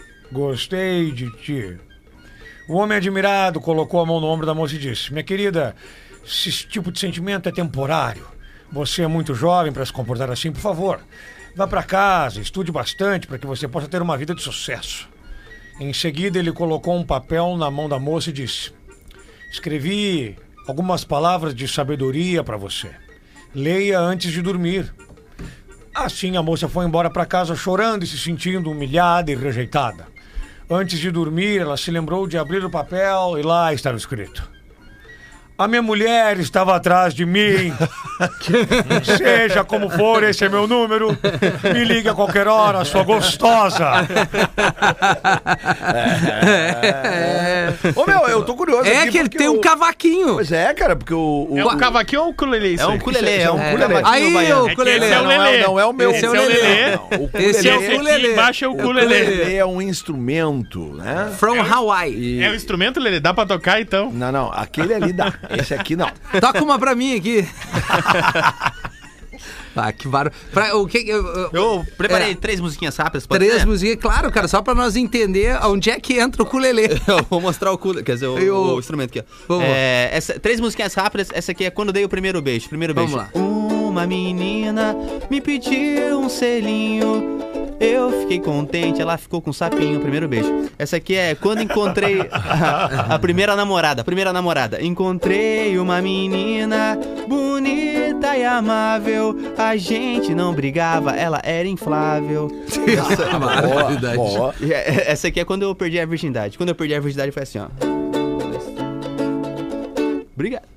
gostei de ti. O homem admirado colocou a mão no ombro da moça e disse: minha querida, esse tipo de sentimento é temporário. Você é muito jovem para se comportar assim, por favor. Vá para casa, estude bastante para que você possa ter uma vida de sucesso. Em seguida, ele colocou um papel na mão da moça e disse: escrevi algumas palavras de sabedoria para você. Leia antes de dormir. Assim, a moça foi embora para casa chorando e se sentindo humilhada e rejeitada. Antes de dormir, ela se lembrou de abrir o papel e lá estava escrito: a minha mulher estava atrás de mim. Seja como for, esse é meu número. Me ligue a qualquer hora, sua gostosa. É, Ô, meu, eu tô curioso é aqui que ele porque tem um o- cavaquinho. Pois é, cara, porque o... o- É um cavaquinho ou um ukulele isso É um aí? ukulele, é um É. cavaquinho Aí, baiano. ô, É que ukulele. esse é o não, é, Lelê. não é o meu. Esse é o Esse é o Lelê. Lelê. Não, o Esse é Esse o aqui ukulele. embaixo é o O ukulele. ukulele é um instrumento, né? From Hawaii. É o instrumento, Lelê? Dá pra tocar, então? Não, não, aquele ali dá. Esse aqui não. Toca uma pra mim aqui. Ah, que varo. Pra, o que, eu, eu- Eu preparei É. três musiquinhas rápidas, pode Três ser? musiquinhas, claro, cara, só pra nós entender onde é que entra o ukulele. Eu vou mostrar o ukulele, quer dizer, o, E o- o instrumento aqui, ó. Vamos lá. É, essa, três musiquinhas rápidas, essa aqui é quando dei o primeiro beijo. Primeiro beijo. Vamos lá. Uma menina me pediu um selinho, eu fiquei contente, ela ficou com um sapinho. Primeiro beijo. Essa aqui é quando encontrei a, a primeira namorada. A primeira namorada. Encontrei uma menina bonita e amável, a gente não brigava, ela era inflável. Maravilhosidade. Ó, E, é, essa aqui é quando eu perdi a virgindade. Quando eu perdi a virgindade foi assim, ó. Obrigado.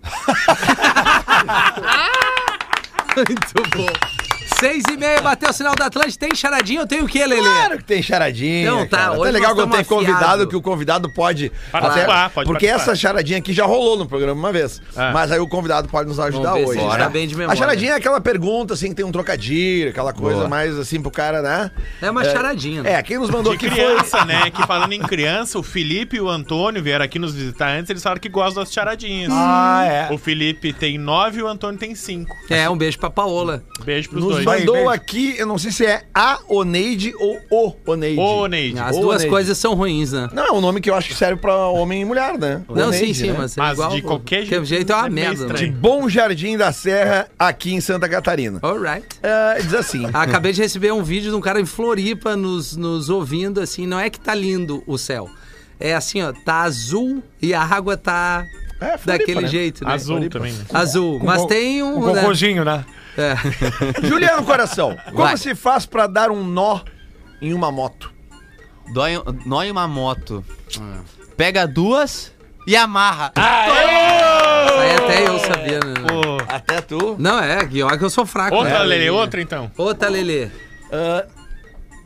Muito bom. Seis e meia, bateu o sinal da Atlântica. Tem charadinha ou tem o quê, Lelê? claro que tem charadinha. Não, tá, cara. hoje Até legal nós quando tem estamos convidado, afiados. que o convidado pode. Participar, pode Porque participar. essa charadinha aqui já rolou no programa uma vez. É. Mas aí o convidado pode nos ajudar Vamos ver se hoje. a gente né? tá bem de memória. A charadinha é aquela pergunta, assim, que tem um trocadilho, aquela coisa Boa. mais assim pro cara, né? É uma charadinha, né? É, quem nos mandou De aqui criança, né? Que falando em criança, o Felipe e o Antônio vieram aqui nos visitar antes, eles falaram que gostam das charadinhas. Ah, é. O Felipe tem nove e o Antônio tem cinco. É, um beijo pra Paola. Beijo pros Nos dois. mandou beijo. aqui, eu não sei se é a Oneide ou o Oneide. Ô, Neide. As Ô, duas Neide. coisas são ruins, né? Não, é um nome que eu acho que serve pra homem e mulher, né? Não, Oneide, sim, sim, né? mas é Mas igual. de qualquer que jeito, jeito é uma é meio merda. estranho. De Bom Jardim da Serra, aqui em Santa Catarina. Alright. É, diz assim. Acabei de receber um vídeo de um cara em Floripa nos, nos ouvindo, assim, não é que tá lindo o céu. É assim, ó, tá azul e a água tá É, Floripa, daquele né? jeito, né? Azul também, né? Azul. Mas co- tem um. Um né? cocôzinho, né? É. Juliano Coração, como Vai. se faz pra dar um nó em uma moto? Dói, dói uma moto. Pega duas e amarra. Isso aí até eu sabia, né? Pô. Até tu. Não, é, que olha que eu sou fraco. Outra, né? Lelê, outra então. Outra, Lelê. Ah,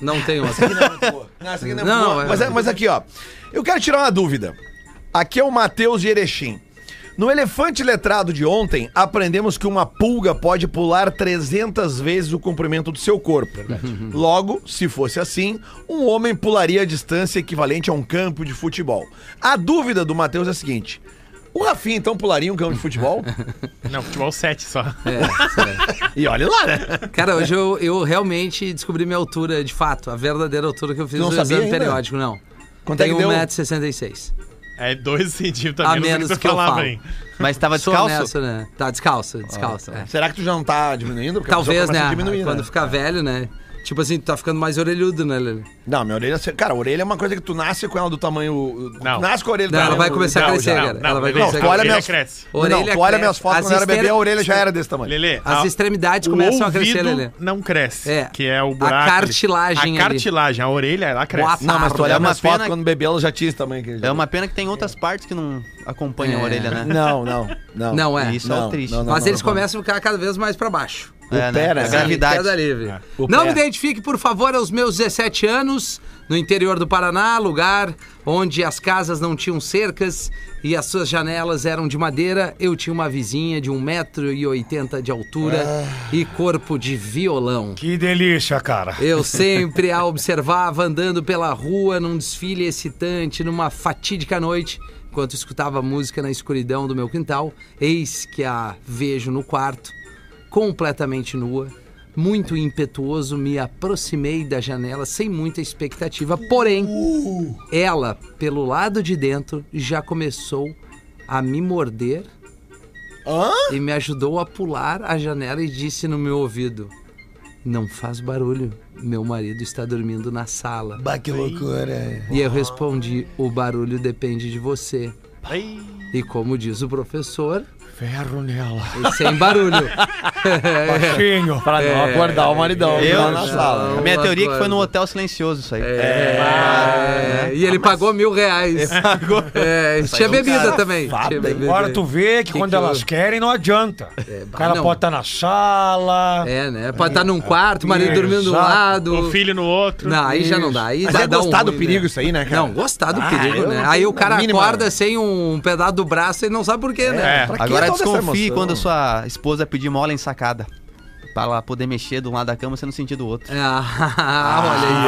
Não tenho essa aqui não é muito boa. Não, essa aqui não é muito boa. Mas, mas aqui, ó. Eu quero tirar uma dúvida. Aqui é o Matheus de Erechim. No Elefante Letrado de ontem, aprendemos que uma pulga pode pular trezentas vezes o comprimento do seu corpo. Logo, se fosse assim, um homem pularia a distância equivalente a um campo de futebol. A dúvida do Matheus é a seguinte: o Rafinha, então, pularia um campo de futebol? Não, futebol sete só. É, é. E olha lá, né? Cara, hoje eu, eu realmente descobri minha altura, de fato. A verdadeira altura que eu fiz no exame ainda? periódico, não. Quanto é que deu? um metro e sessenta e seis. É dois centímetros a menos do que, que eu falava, hein? Mas tava descalço? Nessa, né? Tá descalço, descalço. Ah, tá. É. Será que tu já não tá diminuindo? Porque talvez, né? Diminuir, Quando né? ficar velho, né? Tipo assim, tu tá ficando mais orelhudo, né, Lelê? Não, minha orelha... Cara, a orelha é uma coisa que tu nasce com ela do tamanho... Não. Tu nasce com a orelha... Não, ela vai começar não, a crescer, já, cara. Não, ela vai Lelê, começar não, tu olha a minhas... cresce. Orelha não, tu olha minhas fotos as quando eu era bebê, a orelha já era desse tamanho. Lelê, as a, extremidades começam a crescer, Lelê. não cresce, É. que é o buraco. A cartilagem A cartilagem, a orelha, ela cresce. Boa Não, mas tu olha É uma minhas fotos pena- quando bebê, ela já tinha esse tamanho. Que É uma pena que tem outras partes que não acompanham É. a orelha, né? Não, não, não. Não é. Isso é Não, o triste. não, não. Mas eles começam a ficar cada vez mais pra baixo. É, O pé, né? A Sim, gravidade. Queda livre. É. O Não pé. me identifique, por favor, aos meus dezessete anos, no interior do Paraná, lugar onde as casas não tinham cercas e as suas janelas eram de madeira. Eu tinha uma vizinha de um metro e oitenta de altura e corpo de violão. Que delícia, cara. Eu sempre a observava andando pela rua num desfile excitante, numa fatídica noite, enquanto escutava música na escuridão do meu quintal. Eis que a vejo no quarto, completamente nua, muito impetuoso, me aproximei da janela sem muita expectativa, porém, ela, pelo lado de dentro, já começou a me morder Hã? e me ajudou a pular a janela e disse no meu ouvido: não faz barulho, meu marido está dormindo na sala. Bah, que loucura. E eu respondi: o barulho depende de você. Ai. E como diz o professor, Ferro nela. sem barulho. Baixinho. Pra não acordar o maridão Eu- lá na sala. A minha teoria é que foi no no hotel silencioso isso aí. É, e ele pagou mil reais. É, tinha bebida também. Tinha bebida. Agora tu vê que, Que quando que elas eu- querem, não adianta. o cara não. pode estar na sala. É, né? Pode estar num quarto, o marido dormindo do Exato. lado. O filho no outro. Não, aí já não dá. Aí Mas dá, é dá um gostar do ruim, perigo né? isso aí, né, cara? Não, gostar do Ah, perigo, eu né? não Aí tenho o cara a mínima- acorda sem um pedaço do braço e não sabe por quê, né? É. Pra que Agora toda essa desconfie emoção? quando sua esposa pedir mola ensacada. Pra ela poder mexer de um lado da cama sem no sentido do outro. Ah, olha aí.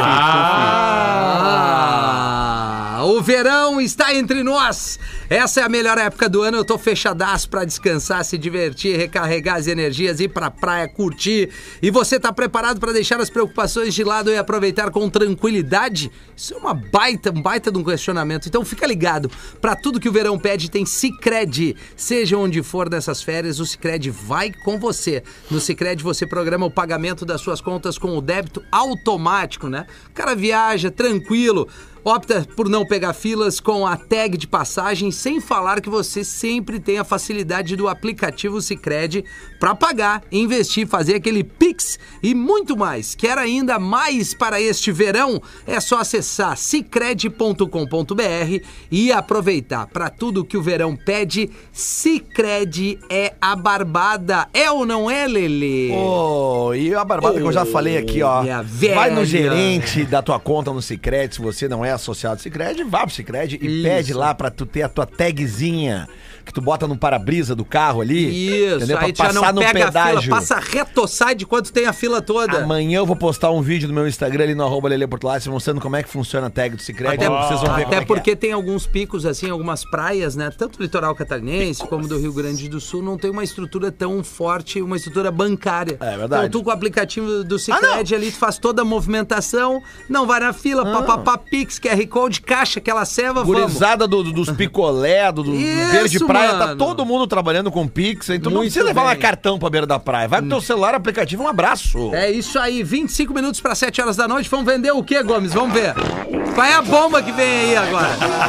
Ah, o verão está entre nós. Essa é a melhor época do ano. Eu tô fechadaço pra descansar, se divertir, recarregar as energias, ir pra praia, curtir. E você tá preparado pra deixar as preocupações de lado e aproveitar com tranquilidade? Isso é uma baita, um baita de um questionamento. Então fica ligado. Pra tudo que o verão pede, tem Sicredi. Seja onde for nessas férias, o Sicredi vai com você. No Sicredi você programa o pagamento das suas contas com o débito automático, né? O cara viaja tranquilo, opta por não pegar filas com a tag de passagem, sem falar que você sempre tem a facilidade do aplicativo Sicredi para pagar, investir, fazer aquele Pix e muito mais. Quer ainda mais para este verão? É só acessar sicredi ponto com ponto br e aproveitar. Para tudo que o verão pede, Sicredi é a barbada. É ou não é, Lelê? Pô, e a barbada que eu já falei aqui, ó. minha velha. Vai no gerente da tua conta no Sicredi, se você não é associado ao Sicredi, vá pro Sicredi e Isso. pede lá pra tu ter a tua tagzinha que tu bota no para-brisa do carro ali. Isso, entendeu? aí tu Pra já não passar no pega a pedágio. fila, passa reto, sai de quanto tem a fila toda. Amanhã eu vou postar um vídeo no meu Instagram ali no arroba Lelê Portolásio mostrando como é que funciona a tag do Sicredi. Até, Vocês vão ver até como é porque que é. tem alguns picos, assim, algumas praias, né? Tanto do litoral catarinense como do Rio Grande do Sul, não tem uma estrutura tão forte, uma estrutura bancária. É verdade. Então tu com o aplicativo do Sicredi ali, tu faz toda a movimentação, não vai na fila, papapá, Pix, Q R Code, caixa, aquela ceva, vamos. Gurizada do, do- dos picolé, do, do Isso, verde praia, tá mano. todo mundo trabalhando com Pix, então não Muito precisa levar bem. um cartão pra beira da praia. Vai pro teu celular, aplicativo, um abraço. É isso aí, vinte e cinco minutos para sete horas da noite. Vamos vender o que, Gomes? Vamos ver. Qual é a bomba que vem aí agora?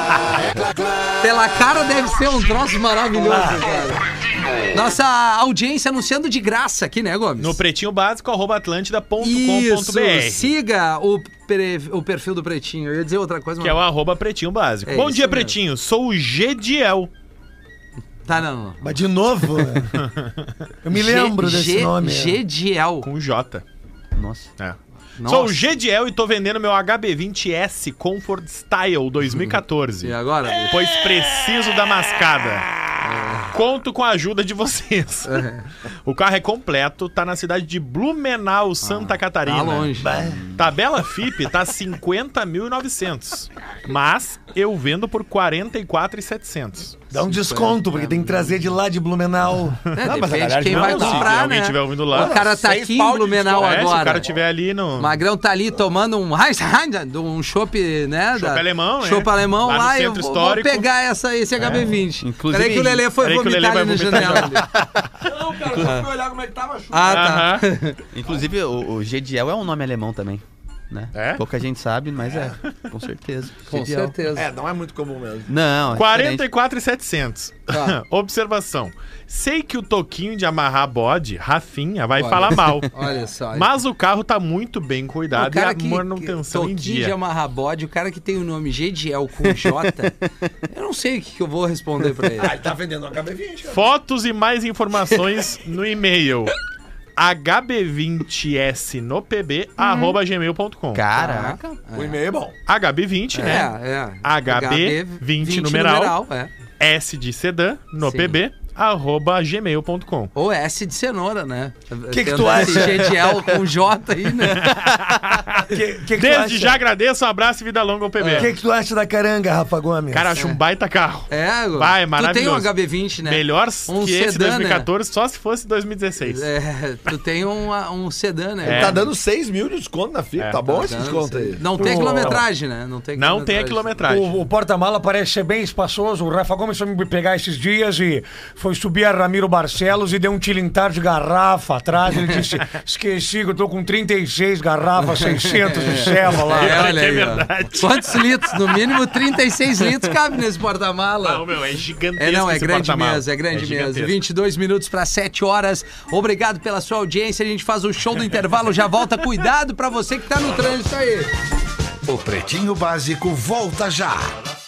Pela cara deve ser um troço maravilhoso, cara. Nossa audiência anunciando de graça aqui, né, Gomes? No pretinho básico, arroba atlântida ponto com ponto Isso, br. siga o, pre- o perfil do Pretinho. Eu ia dizer outra coisa, mas... Que é o arroba pretinho básico. É Bom isso dia, mesmo. pretinho. Sou o Gediel. Tá, não, não. Mas de novo, eu me G- lembro desse G- nome. é. Gediel. Com J. Nossa. É. Nossa. Sou o Gediel e tô vendendo meu H B vinte S Comfort Style dois mil e quatorze. E agora? Pois preciso da mascada. É. Conto com a ajuda de vocês. É. O carro é completo, tá na cidade de Blumenau, Santa ah, Catarina. Tá longe. Tabela F I P tá cinquenta mil e novecentos. Mas eu vendo por quarenta e quatro mil e setecentos. Dá um desconto, porque tem que trazer de lá de Blumenau. É, não, depende de quem não, vai comprar, se né? alguém estiver ouvindo lá. O cara tá aqui em Blumenau é, agora. Se o cara estiver ali no... Magrão tá ali tomando um... um chopp, né? Chopp da... alemão, né? Chopp alemão lá, lá eu vou, vou pegar essa, esse é. H B vinte. Inclusive... Peraí que o Lelê foi vomitar ali na janela. Não, cara, só fui olhar como é que tava a chuva. Ah, tá. Inclusive, o, o Gediel é um nome alemão também. Né? É? Pouca gente sabe, mas é, com certeza. Com Gediel. certeza. É, não é muito comum mesmo. Não, é quarenta e quatro mil e setecentos. Tá. Observação. Sei que o toquinho de amarrar bode, Rafinha, vai Olha. falar mal. Olha só. Mas o carro tá muito bem cuidado e a que, manutenção que, em dia. Toquinho de amarrar bode, o cara que tem o nome Gediel com J, eu não sei o que, que eu vou responder pra ele. Ah, ele tá vendendo um H B vinte. Cara. Fotos e mais informações no e-mail. H B vinte S no pb, hum. arroba gmail ponto com. Caraca. É. O e-mail é bom. H B vinte, é, né? É, é. H B vinte numeral, numeral é. S de sedã no Sim. pb, arroba gmail ponto com. Ou S de cenoura, né? O que, que tu acha? Gediel com J aí, né? que, que Desde que já agradeço, um abraço e vida longa ao P B. O que, que tu acha da caranga, Rafa Gomes? Cara, acho é. um baita carro. É, vai, é maravilhoso. Tu tem um H B vinte, né? Melhor um que sedã, esse dois mil e quatorze, né? só se fosse dois mil e dezesseis. É, tu tem um, um sedã, né? É. Tá dando seis mil de desconto na F I P, é. tá bom tá esse desconto aí? Não tem quilometragem, né? Não tem Não tem a quilometragem. O, o porta-mala parece ser bem espaçoso. O Rafa Gomes foi me pegar esses dias e foi subir a Ramiro Barcelos e deu um tilintar de garrafa atrás. Ele disse, esqueci que eu tô com trinta e seis garrafas, seiscentos de ceva lá. É, olha aí, é verdade. Quantos litros? No mínimo trinta e seis litros cabe nesse porta-mala. Não, meu, é gigantesco. É, não, é grande mesmo, é grande é mesmo. vinte e dois minutos para sete horas. Obrigado pela sua audiência. A gente faz o show do intervalo, já volta. Cuidado pra você que tá no trânsito aí. O Pretinho Básico volta já.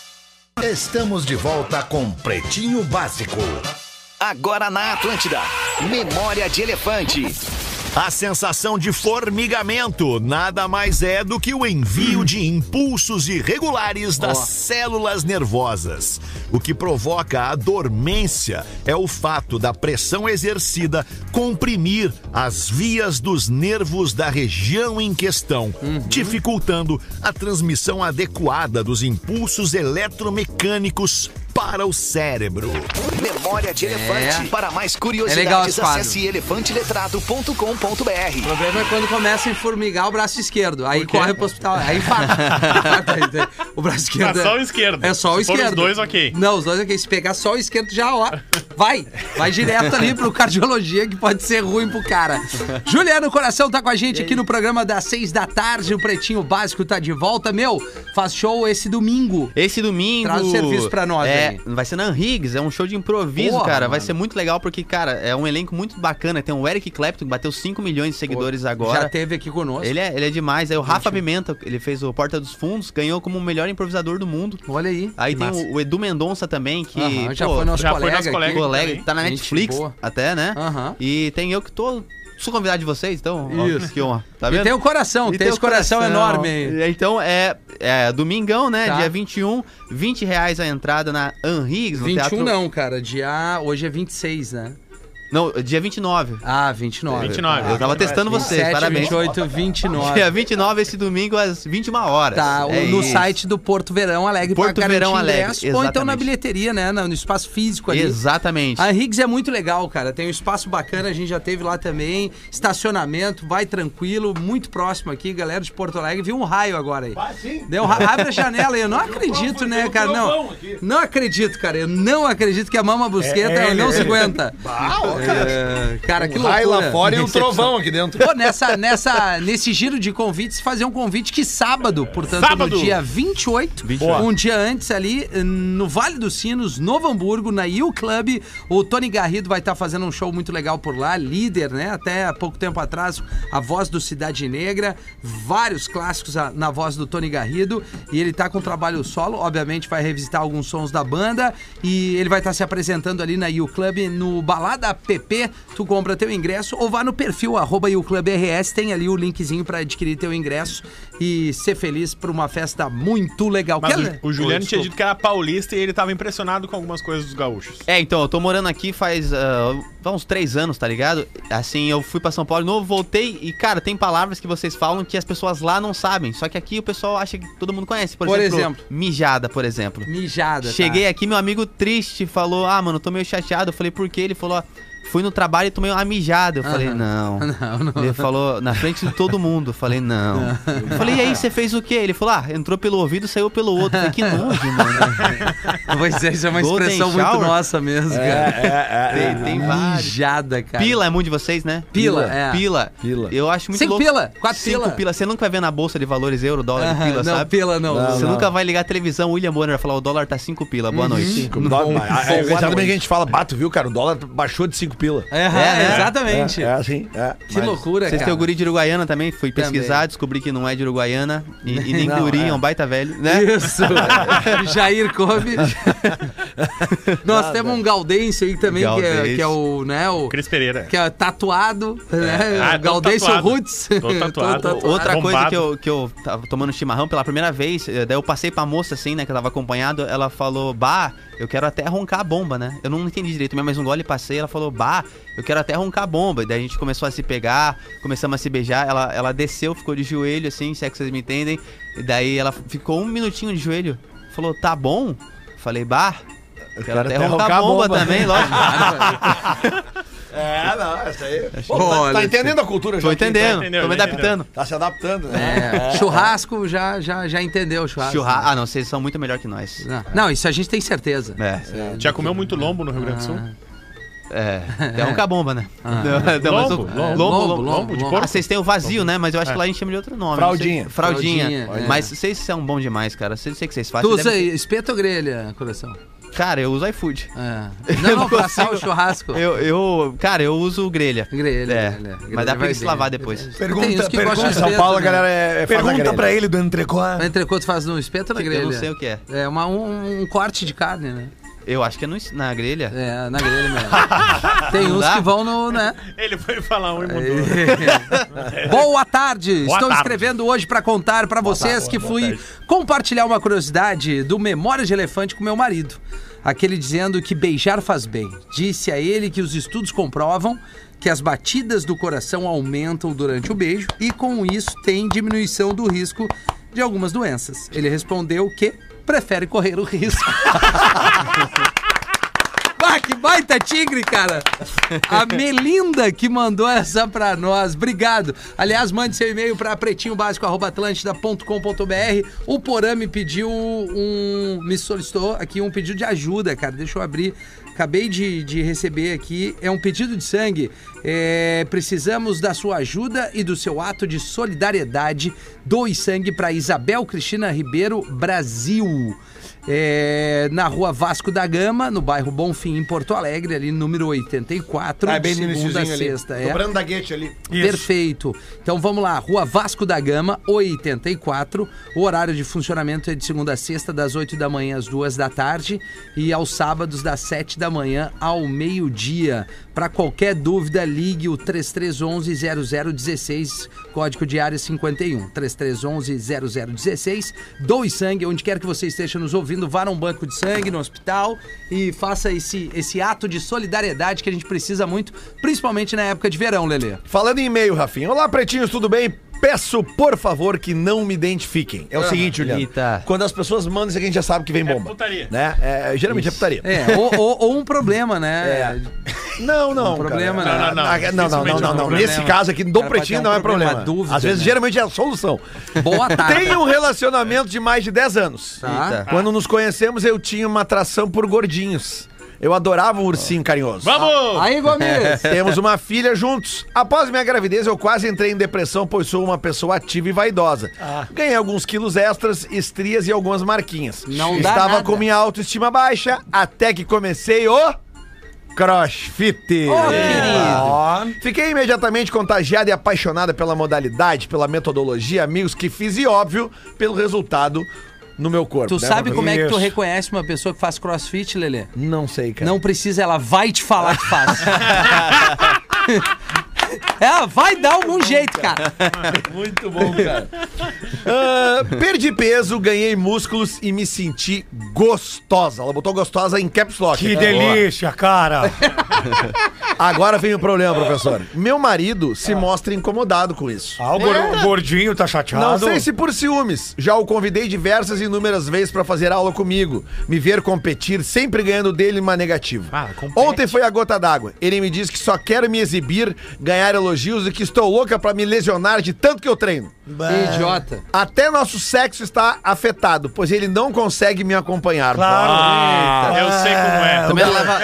Estamos de volta com Pretinho Básico. Agora na Atlântida, Memória de Elefante. A sensação de formigamento nada mais é do que o envio de impulsos irregulares das oh. células nervosas. O que provoca a dormência é o fato da pressão exercida comprimir as vias dos nervos da região em questão, uhum. dificultando a transmissão adequada dos impulsos eletromecânicos para o cérebro. Memória de Elefante. É. Para mais curiosidades, é acesse elefante letrado ponto com ponto b r. O problema é quando começa a formigar o braço esquerdo. Aí corre pro hospital. Aí infarta. O braço esquerdo. É só o esquerdo. É só o Se esquerdo. For os dois, ok. Não, os dois, ok. Se pegar só o esquerdo, já, ó. Vai. Vai direto ali pro cardiologia, que pode ser ruim pro cara. Juliano Coração tá com a gente aqui no programa das seis da tarde. O Pretinho Básico tá de volta. Meu, faz show esse domingo. Esse domingo. Traz o serviço pra nós, é, aí. Vai ser na Higgs, é um show de improviso, Porra, cara. Vai mano. ser muito legal porque, cara, é um elenco muito bacana. Tem o Eric Clapton, que bateu cinco milhões de seguidores Pô, agora. Já teve aqui conosco. Ele é, ele é demais. Aí o Rafa Pimenta, ele fez o Porta dos Fundos, ganhou como o melhor improvisador do mundo. Olha aí. Aí tem o, o Edu Mendonça também, que uh-huh, já pô, foi nosso já colega. Foi nosso colega, aqui. colega tá na Gente Netflix boa. até, né? Uh-huh. E tem eu que tô... Sou convidado de vocês, então. Isso. Ó, que honra. Tá vendo? E tem o coração, tem, tem esse coração, coração enorme aí. Então é, é domingão, né? Tá. Dia vinte e um, vinte reais a entrada na Anhiggs. vinte e um teatro... não, cara. Dia... Hoje é vinte e seis, né? Não, dia vinte e nove. Ah, vinte e nove. vinte e nove. Eu tava testando vocês, vinte e sete, parabéns. vinte e oito, vinte e nove. Dia vinte e nove, esse domingo, às vinte e uma horas. Tá, é no isso. site do Porto Verão Alegre. Porto Verão Alegre, ingresso, ou então na bilheteria, né? No espaço físico ali. Exatamente. A Higgs é muito legal, cara. Tem um espaço bacana, a gente já teve lá também. Estacionamento, vai tranquilo, muito próximo aqui. Galera de Porto Alegre, viu um raio agora aí. Ah, sim. Deu um raio. Abre a janela aí. Eu não acredito, né, cara? Não, não acredito, cara. Eu não acredito que a Mama Busqueta é, é, não é, se aguenta. Ah, cara. É... Cara, um que loucura. raio lá fora e um trovão aqui dentro. Pô, nessa, nessa, nesse giro de convites, fazer um convite que sábado, portanto, sábado. no dia vinte e oito, vinte e oito, um dia antes ali, no Vale dos Sinos, Novo Hamburgo, na U Club, o Tony Garrido vai estar tá fazendo um show muito legal por lá, líder, né? Até há pouco tempo atrás, a voz do Cidade Negra, vários clássicos na voz do Tony Garrido, e ele tá com trabalho solo, obviamente vai revisitar alguns sons da banda, e ele vai estar tá se apresentando ali na U Club, no Balada app, tu compra teu ingresso ou vá no perfil arroba iuclubrs, tem ali o linkzinho pra adquirir teu ingresso e ser feliz por uma festa muito legal. Mas que o, o Juliano tinha dito que era paulista e ele tava impressionado com algumas coisas dos gaúchos. É, então, eu tô morando aqui faz uh, uns três anos, tá ligado? Assim, eu fui pra São Paulo de novo, voltei e, cara, tem palavras que vocês falam que as pessoas lá não sabem. Só que aqui o pessoal acha que todo mundo conhece. Por, por exemplo, exemplo, mijada, por exemplo. Mijada, Cheguei tá. aqui, meu amigo triste falou, ah, mano, tô meio chateado. Eu falei, por quê? Ele falou, ó, fui no trabalho e tomei uma mijada. Eu uh-huh. falei, não. não, não. Ele falou, na frente de todo mundo. Eu falei, não. Eu falei, e aí, você fez o quê? Ele falou, ah, entrou pelo ouvido e saiu pelo outro. Eu falei, que nojo, mano. Pois é, isso é uma Golden expressão shower? Muito nossa mesmo, cara. É, é, é, tem, tem vários. Mijada, cara. Pila é muito de vocês, né? Pila, é. Pila. Pila. Eu acho muito Cinco louco. pila? Quatro Cinco pila? pila. Você nunca vai ver na bolsa de valores euro, dólar uh-huh. e pila, não, sabe? Pila não. Você não. nunca vai ligar a televisão, William Bonner vai falar, o dólar tá cinco pila. Boa uhum. noite. Cinco. É exatamente que a gente fala, bato, viu, cara? O dólar baixou de cinco pila. É, é, é exatamente. É, é assim, é. Que Mas loucura, vocês cara. têm o guri de Uruguaiana também, fui pesquisar, também. Descobri que não é de Uruguaiana e, e nem não, guri, é. é um baita velho, né? Isso. Jair come. Nós Nada. temos um Gaudêncio aí também, que é, que é o, né, o... Cris Pereira. Que é tatuado, é. né? Ah, Gaudêncio Roots. Tô tatuado. Tô tatuado. Outra Bombado. coisa que eu, que eu tava tomando chimarrão pela primeira vez, daí eu passei pra moça assim, né, que eu tava acompanhado, ela falou, bah, eu quero até roncar a bomba, né? Eu não entendi direito, mas mais um gole passei, ela falou, bah, eu quero até roncar a bomba. E daí a gente começou a se pegar, começamos a se beijar, ela, ela desceu, ficou de joelho, assim, se é que vocês me entendem. E daí ela ficou um minutinho de joelho, falou, tá bom? Falei, bah, eu quero até roncar, roncar a bomba, bomba também, lógico. É, não, essa aí. Pô, tá, tá entendendo a cultura já? Tô entendendo, entendeu, tô me adaptando. Tá se adaptando, né? É. Churrasco, já, já, já entendeu o churrasco. Churrasco. Ah, não, vocês são muito melhor que nós. Não, não, isso a gente tem certeza. É. é. Já comeu muito lombo no Rio Grande do Sul? É, é um cabomba, né? Ah. Deu, lombo, lombo, lombo, lombo, lombo, lombo de porco? Ah, vocês têm o vazio, né? Mas eu acho é. que lá a gente chama de outro nome. Fraldinha. Fraldinha. Fraldinha, é. Mas vocês são bons demais, cara. Eu sei que vocês fazem. Tu usa deve... espeto ou grelha, coração? Cara, eu uso iFood. É. Não, não, pra assar o churrasco. Eu, eu, cara, eu uso grelha. Grelha, é. grelha, grelha. Mas dá pra ele se lavar depois. Pergunta, pergunta São Paulo, a galera é, é Pergunta pra ele do entrecô. O entrecô tu faz no espeto ou na grelha? Eu não sei o que é. É uma, um, um corte de carne, né? Eu acho que é no, na grelha. É, na grelha mesmo. Tem uns que vão no, né? Ele foi falar um e mudou. Boa tarde! Boa Estou tarde. escrevendo hoje para contar para vocês tarde, que fui compartilhar uma curiosidade do Memória de Elefante com meu marido. Aquele dizendo que beijar faz bem. Disse a ele que os estudos comprovam que as batidas do coração aumentam durante o beijo e com isso tem diminuição do risco de algumas doenças. Ele respondeu que prefere correr o risco. Ah, que baita tigre, cara! A Melinda que mandou essa pra nós. Obrigado. Aliás, mande seu e-mail pra pretinho básico arroba atlântida ponto com ponto b r. O Porã me pediu um... me solicitou aqui um pedido de ajuda, cara. Deixa eu abrir. Acabei de, de receber aqui. É um pedido de sangue. É, precisamos da sua ajuda e do seu ato de solidariedade. Doe sangue pra Isabel Cristina Ribeiro, Brasil. É, na rua Vasco da Gama, no bairro Bonfim, em Porto Alegre, ali número oitenta e quatro, ah, bem de segunda a sexta. Ali. É. Dobrando da Guete ali. Isso. Perfeito. Então vamos lá, rua Vasco da Gama, oitenta e quatro. O horário de funcionamento é de segunda a sexta, das oito da manhã às duas da tarde e aos sábados das sete da manhã ao meio-dia. Para qualquer dúvida, ligue o três três um um zero zero um seis, código de área cinquenta e um. três três um um zero zero um seis. Doe sangue, onde quer que você esteja nos ouvindo, vá num banco de sangue, no hospital e faça esse, esse ato de solidariedade que a gente precisa muito, principalmente na época de verão, Lelê. Falando em e-mail, Rafinha. Olá, pretinhos, tudo bem? Peço, por favor, que não me identifiquem. É o ah, seguinte, Juliano. Eita. Quando as pessoas mandam isso aqui, a gente já sabe que vem bomba. É putaria. Né? É, geralmente isso. é putaria. É, ou, ou, ou um problema, né? É. Não, não. Um problema, cara. Não, não, não. Não, não, não, não, não. Nesse caso aqui, do pretinho, um não é problema. Dúvida, Às vezes, né? geralmente é a solução. Boa tarde. Tenho um relacionamento de mais de dez anos. Tá. Quando nos conhecemos, eu tinha uma atração por gordinhos. Eu adorava um ursinho carinhoso. Vamos! Aí, Gomes! Temos uma filha juntos. Após minha gravidez, eu quase entrei em depressão, pois sou uma pessoa ativa e vaidosa. Ah. Ganhei alguns quilos extras, estrias e algumas marquinhas. Não dá Estava nada. com minha autoestima baixa, até que comecei o... CrossFit. Oh, querido. Oh. Fiquei imediatamente contagiada e apaixonada pela modalidade, pela metodologia, amigos que fiz e, óbvio, pelo resultado no meu corpo. Tu sabe como é que tu reconhece uma pessoa que faz crossfit, Lelê? Não sei, cara. Não precisa, ela vai te falar que faz. Ela vai dar algum jeito, cara. Muito bom, cara. Uh, perdi peso, ganhei músculos e me senti gostosa. Ela botou gostosa em caps lock. Que delícia, cara. Agora vem o problema, professor. Meu marido se mostra incomodado com isso. Ah, o é. gordinho tá chateado. Não sei se por ciúmes. Já o convidei diversas e inúmeras vezes pra fazer aula comigo. Me ver competir, sempre ganhando dele uma negativa. Ah, ontem foi a gota d'água. Ele me disse que só quer me exibir, ganhar elogios e que estou louca pra me lesionar de tanto que eu treino. Bah. Idiota. Até nosso sexo está afetado, pois ele não consegue me acompanhar. Claro. Ah, eu sei como é. Também ela leva...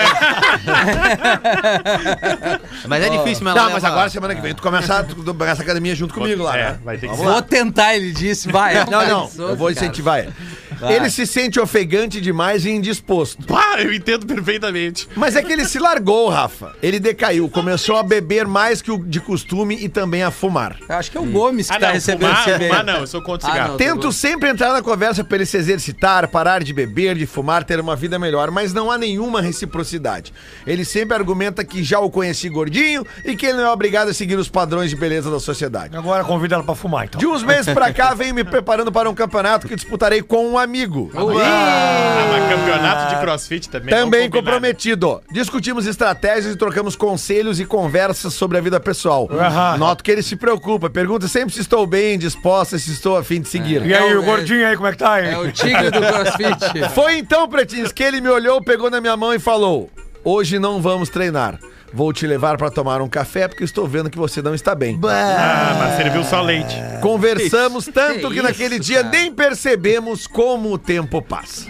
Mas é difícil, mas ela Não, leva... mas agora semana que vem tu começa, tu começa a academia junto comigo lá, é, né? Vai ter que Vou tentar, ele disse, vai. Não, não, eu vou incentivar ele. Vai. Ele se sente ofegante demais e indisposto. Pá, eu entendo perfeitamente. Mas é que ele se largou, Rafa. Ele decaiu, começou a beber mais que o de costume e também a fumar. Eu acho que é o Gomes que ah, tá não, recebendo fumar, esse fumar não, eu sou contra cigarro. Ah, não, Tento sempre entrar na conversa pra ele se exercitar, parar de beber, de fumar, ter uma vida melhor, mas não há nenhuma reciprocidade. Ele sempre argumenta que já o conheci gordinho e que ele não é obrigado a seguir os padrões de beleza da sociedade. Agora convida ela pra fumar, então. De uns meses pra cá, venho me preparando para um campeonato que disputarei com um amigo. Ah, mas campeonato de crossfit também. Também comprometido. Discutimos estratégias e trocamos conselhos e conversas sobre a vida pessoal. Uhum. Noto que ele se preocupa, pergunta sempre se estou bem, disposta, se estou a fim de seguir. É. E aí, é o, o gordinho aí, como é que tá aí? É o tigre do crossfit. Foi então, pretinhos, que ele me olhou, pegou na minha mão e falou: hoje não vamos treinar. Vou te levar pra tomar um café porque estou vendo que você não está bem. Ah, mas serviu só leite. Conversamos tanto que que naquele isso, dia cara? nem percebemos como o tempo passa.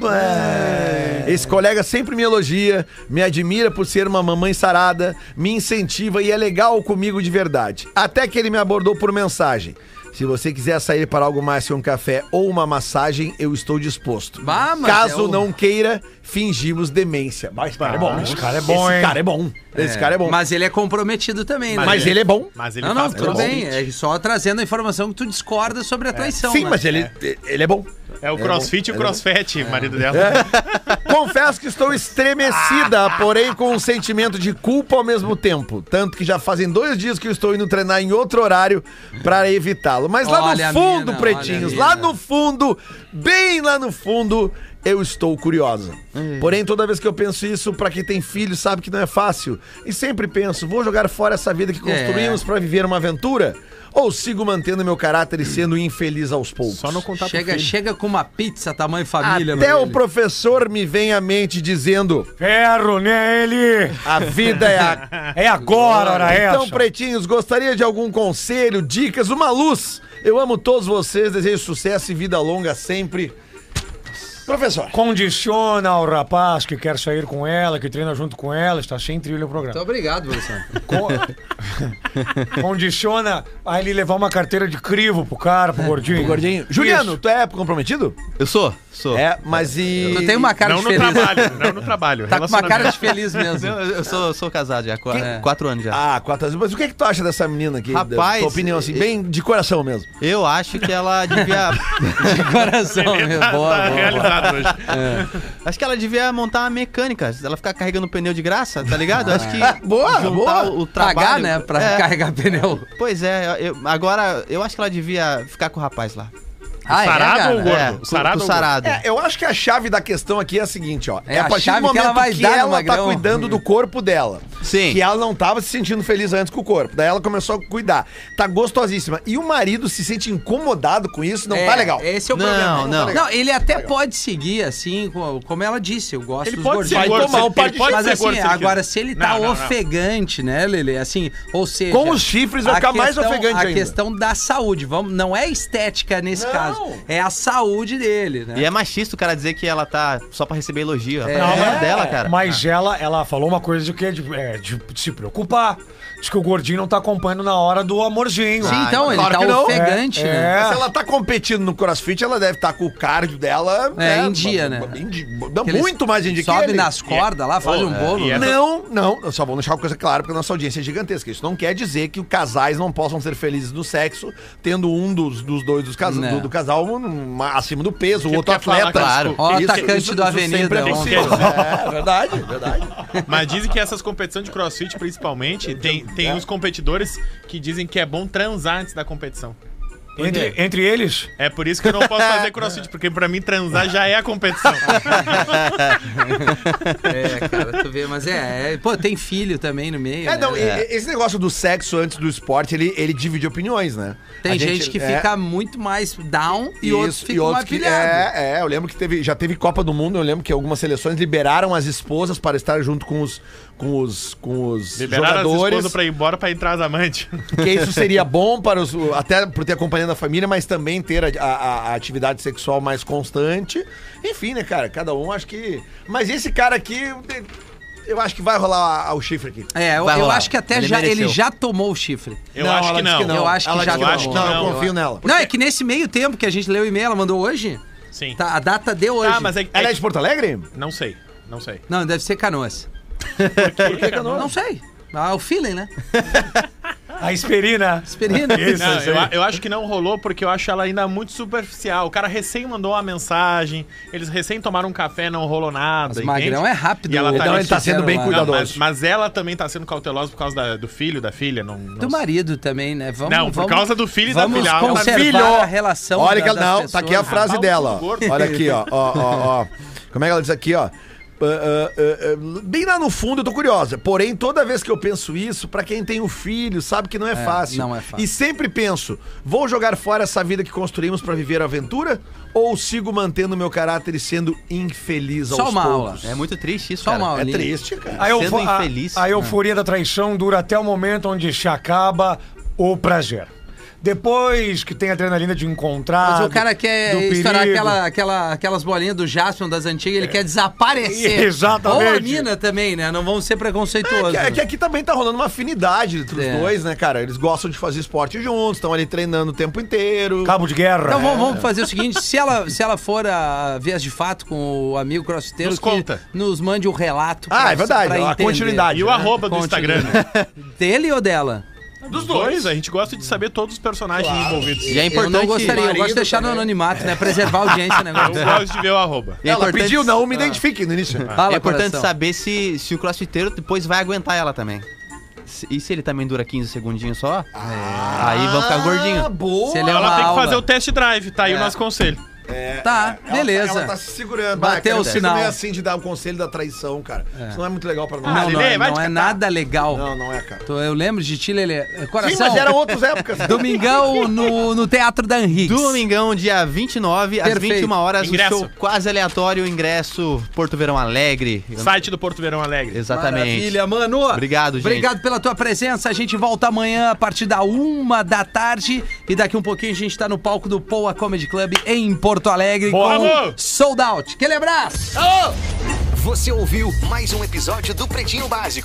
Esse colega sempre me elogia, me admira por ser uma mamãe sarada, me incentiva e é legal comigo de verdade. Até que ele me abordou por mensagem. Se você quiser sair para algo mais que um café ou uma massagem, eu estou disposto. Bah, mas Caso é o- não queira, fingimos demência. Mas esse cara é bom. Esse cara é bom, Esse hein? cara é bom. Esse cara é bom. Mas ele é comprometido também, né? Mas ele é bom. Mas ele Não, não, faz tudo crossfit. bem. É só trazendo a informação que tu discorda sobre a traição. Sim, né? mas ele, ele é bom. É o crossfit e o crossfit, marido dela. Confesso que estou estremecida, porém com um sentimento de culpa ao mesmo tempo. Tanto que já fazem dois dias que eu estou indo treinar em outro horário para evitá-lo. Mas lá Olha a no fundo, mina, pretinhos, olha a lá mina. no fundo, bem lá no fundo, eu estou curiosa. Porém, toda vez que eu penso isso, pra quem tem filho, sabe que não é fácil. E sempre penso, vou jogar fora essa vida que construímos É. pra viver uma aventura? Ou sigo mantendo meu caráter e sendo infeliz aos poucos? Só no contato Chega, filho. chega com uma pizza tamanho família. Até pra o ele. professor me vem à mente dizendo: Ferro nele! a vida é a... É agora, hora essa. Então, pretinhos, gostaria de algum conselho, dicas, uma luz? Eu amo todos vocês, desejo sucesso e vida longa sempre. Professor. Condiciona o rapaz que quer sair com ela, que treina junto com ela, está sem trilha o programa. Muito obrigado, professor. Con- Condiciona a ele levar uma carteira de crivo pro cara, pro gordinho. O gordinho. Juliano, tu é comprometido? Eu sou, sou. É, mas e... Tu tem uma cara Não de no feliz. trabalho, não no trabalho. Tá com uma cara de Relacionamento. feliz mesmo. Eu, eu sou, sou casado já, há qua- Quem- quatro anos já. Ah, quatro anos. Mas o que é que tu acha dessa menina aqui? Rapaz, Da tua opinião, assim, bem de coração mesmo. Eu acho que ela devia. De coração. Ele meu. tá, Boa, tá boa, boa. realizado hoje. Acho que ela devia montar uma mecânica. Ela ficar carregando pneu de graça, tá ligado? Acho que. Boa, juntar boa. O, o trabalho. Pagar, né? Pra É, carregar pneu. Pois é, eu- agora eu acho que ela devia ficar com o rapaz lá. Ah, sarado cara? ou gordo? É, com, sarado com ou sarado. É, eu acho que a chave da questão aqui é a seguinte, ó. É É, a a partir chave do que momento ela vai que dar no ela tá magrão. cuidando do corpo dela. Sim. Que ela não tava se sentindo feliz antes com o corpo. Daí ela começou a cuidar. Tá gostosíssima. E o marido se sente incomodado com isso, não É, tá legal. Esse é o Não, problema. não. Não, ele até pode seguir, assim, co- como ela disse, eu gosto Ele dos pode gordinhos. ser Vai gordo, tomar se- um par ele de pode Mas ser assim, gordo se ele agora quiser. se ele Não, tá não, não. ofegante, né, Lele? Assim, ou seja... Com os chifres vai a ficar mais questão- ofegante A ainda. questão da saúde, vamos, não é estética nesse Não. caso, é a saúde dele, né? E é machista o cara dizer que ela tá só pra receber elogio. É, Não, é mas- dela, cara. Mas ela, ela falou uma coisa de que é de, é, de se preocupar. Diz que o gordinho não tá acompanhando na hora do amorzinho. Sim, então, ele claro tá que não. ofegante, É, né? é. Mas se ela tá competindo no crossfit, ela deve estar com o cardio dela... É, em dia, né? Em dia, dá Que ele muito mais em dia que Sobe ele. nas cordas lá, faz Oh, um é, bolo. e né? essa- Não, não, eu só vou deixar uma coisa clara, porque a nossa audiência é gigantesca. Isso não quer dizer que os casais não possam ser felizes no sexo, tendo um dos, dos dois dos casa- Não. do, do casal casal um, acima do peso, o outro atleta. Claro. Ó, o atacante isso, do isso Avenida. É, é verdade, verdade. Mas dizem que essas competições de crossfit, principalmente, tem, tem uns competidores que dizem que é bom transar antes da competição. Entre, entre eles? É por isso que eu não posso fazer crossfit, porque pra mim transar já é a competição. É, cara, tu vê, mas é, é. Pô, tem filho também no meio. É, né? não, é. Esse negócio do sexo antes do esporte, ele, ele divide opiniões, né? Tem a gente, gente que é... fica muito mais down e Isso, outros ficam e outros mais que, pilhados. é, é, eu lembro que teve, já teve Copa do Mundo, eu lembro que algumas seleções liberaram as esposas para estar junto com os, com os, com os liberaram jogadores. Liberaram as esposas pra ir embora pra entrar as amantes. Que isso seria bom para os, até por ter a companhia da família, mas também ter a, a, a atividade sexual mais constante. Enfim, né, cara? Cada um, acho que... Mas esse cara aqui... Eu acho que vai rolar o chifre aqui. É, eu, eu acho que até ele já, ele já tomou o chifre. Eu não, acho que não. que não. Eu acho que ela já tomou. acho que não, não, eu confio nela. Não, é que nesse meio tempo que a gente leu o e-mail, ela mandou hoje. Sim. Tá, a data de hoje. Ah, mas é, é... Ela é de Porto Alegre? Não sei, não sei. Não, deve ser Canoas. Por que Canoas? Não sei. Ah, o feeling, né? A Esperina. Esperina. Isso, não, eu, eu acho que não rolou porque eu acho ela ainda muito superficial. O cara recém mandou uma mensagem, eles recém tomaram um café, não rolou nada. Mas Magrão é rápido. E ela tá, então ele tá sendo bem lá. cuidadoso. Não, mas, mas ela também tá sendo cautelosa por causa da, do filho, da filha. Não, não... Do marido também, né? Vamos, não, por vamos, causa do filho e da filha. Vamos conservar filho. a relação. Olha da, que ela, não, pessoas. tá aqui a frase Ah, dela. Ó. Olha aqui, ó, ó, ó, ó. Como é que ela diz aqui, ó? Uh, uh, uh, bem lá no fundo eu tô curiosa. Porém, toda vez que eu penso isso, pra quem tem um filho, sabe que não é, é fácil. Não é fácil. E sempre penso, vou jogar fora essa vida que construímos pra viver a aventura? Ou sigo mantendo meu caráter e sendo infeliz aos Só uma poucos? aula. É muito triste isso, Só cara. uma É triste, cara. A, eufo- Sendo infeliz. a, a euforia da traição dura até o momento onde se acaba o prazer. Depois que tem a adrenalina de encontrar. Mas o cara quer do estourar perigo. aquela, aquela, aquelas bolinhas do Jaspion das antigas, ele quer desaparecer. Exatamente. Ou a mina também, né? Não vamos ser preconceituosos. É que, é que aqui também tá rolando uma afinidade entre os É. dois, né, cara? Eles gostam de fazer esporte juntos, estão ali treinando o tempo inteiro. Cabo de guerra. Então vamos, vamos fazer o seguinte, se ela, se ela for a vias de fato com o amigo crossfiteiro, Nos que conta. nos mande o relato. Ah, é verdade, pra a entender. continuidade. E o arroba do Instagram. Continuidade. Dele ou dela? Dos dois, a gente gosta de saber todos os personagens envolvidos. E é Eu importante... não gostaria, eu gosto de marido deixar no também. anonimato, né? Preservar a audiência, né? Eu gosto de ver o arroba. E é Ela importante- pediu, não me identifique no início. Fala, é importante coração. saber se, se o crossfiteiro depois vai aguentar ela também. Se- E se ele também dura quinze segundinhos só? Aí vão ficar Ah, gordinho. boa. Se ele é Ela uma tem que aula. fazer o test drive, tá aí É. o nosso conselho. Tá, Ela- beleza. Ela tá se segurando. Bateu Vai, o cara, sinal. Não é assim de dar um conselho da traição, cara. Isso não é muito legal pra nós. Não, não, Lelê, é, vai não te é catar. nada legal. Não, não é, cara. Tô- Eu lembro de ti, Lelê. Sim, Coração, mas eram outras épocas. domingão no, no Teatro da Henriques. Domingão, dia vinte e nove, às Perfeito. vinte e uma horas, Ingresso. o show quase aleatório, ingresso Porto Verão Alegre. Site do Porto Verão Alegre. Exatamente. Maravilha, mano. Obrigado, gente. Obrigado pela tua presença. A gente volta amanhã a partir da uma da tarde. E daqui um pouquinho a gente tá no palco do Poa Comedy Club em Porto Alegre Boa, com amor. Sold Out. Aquele abraço! Você ouviu mais um episódio do Pretinho Básico.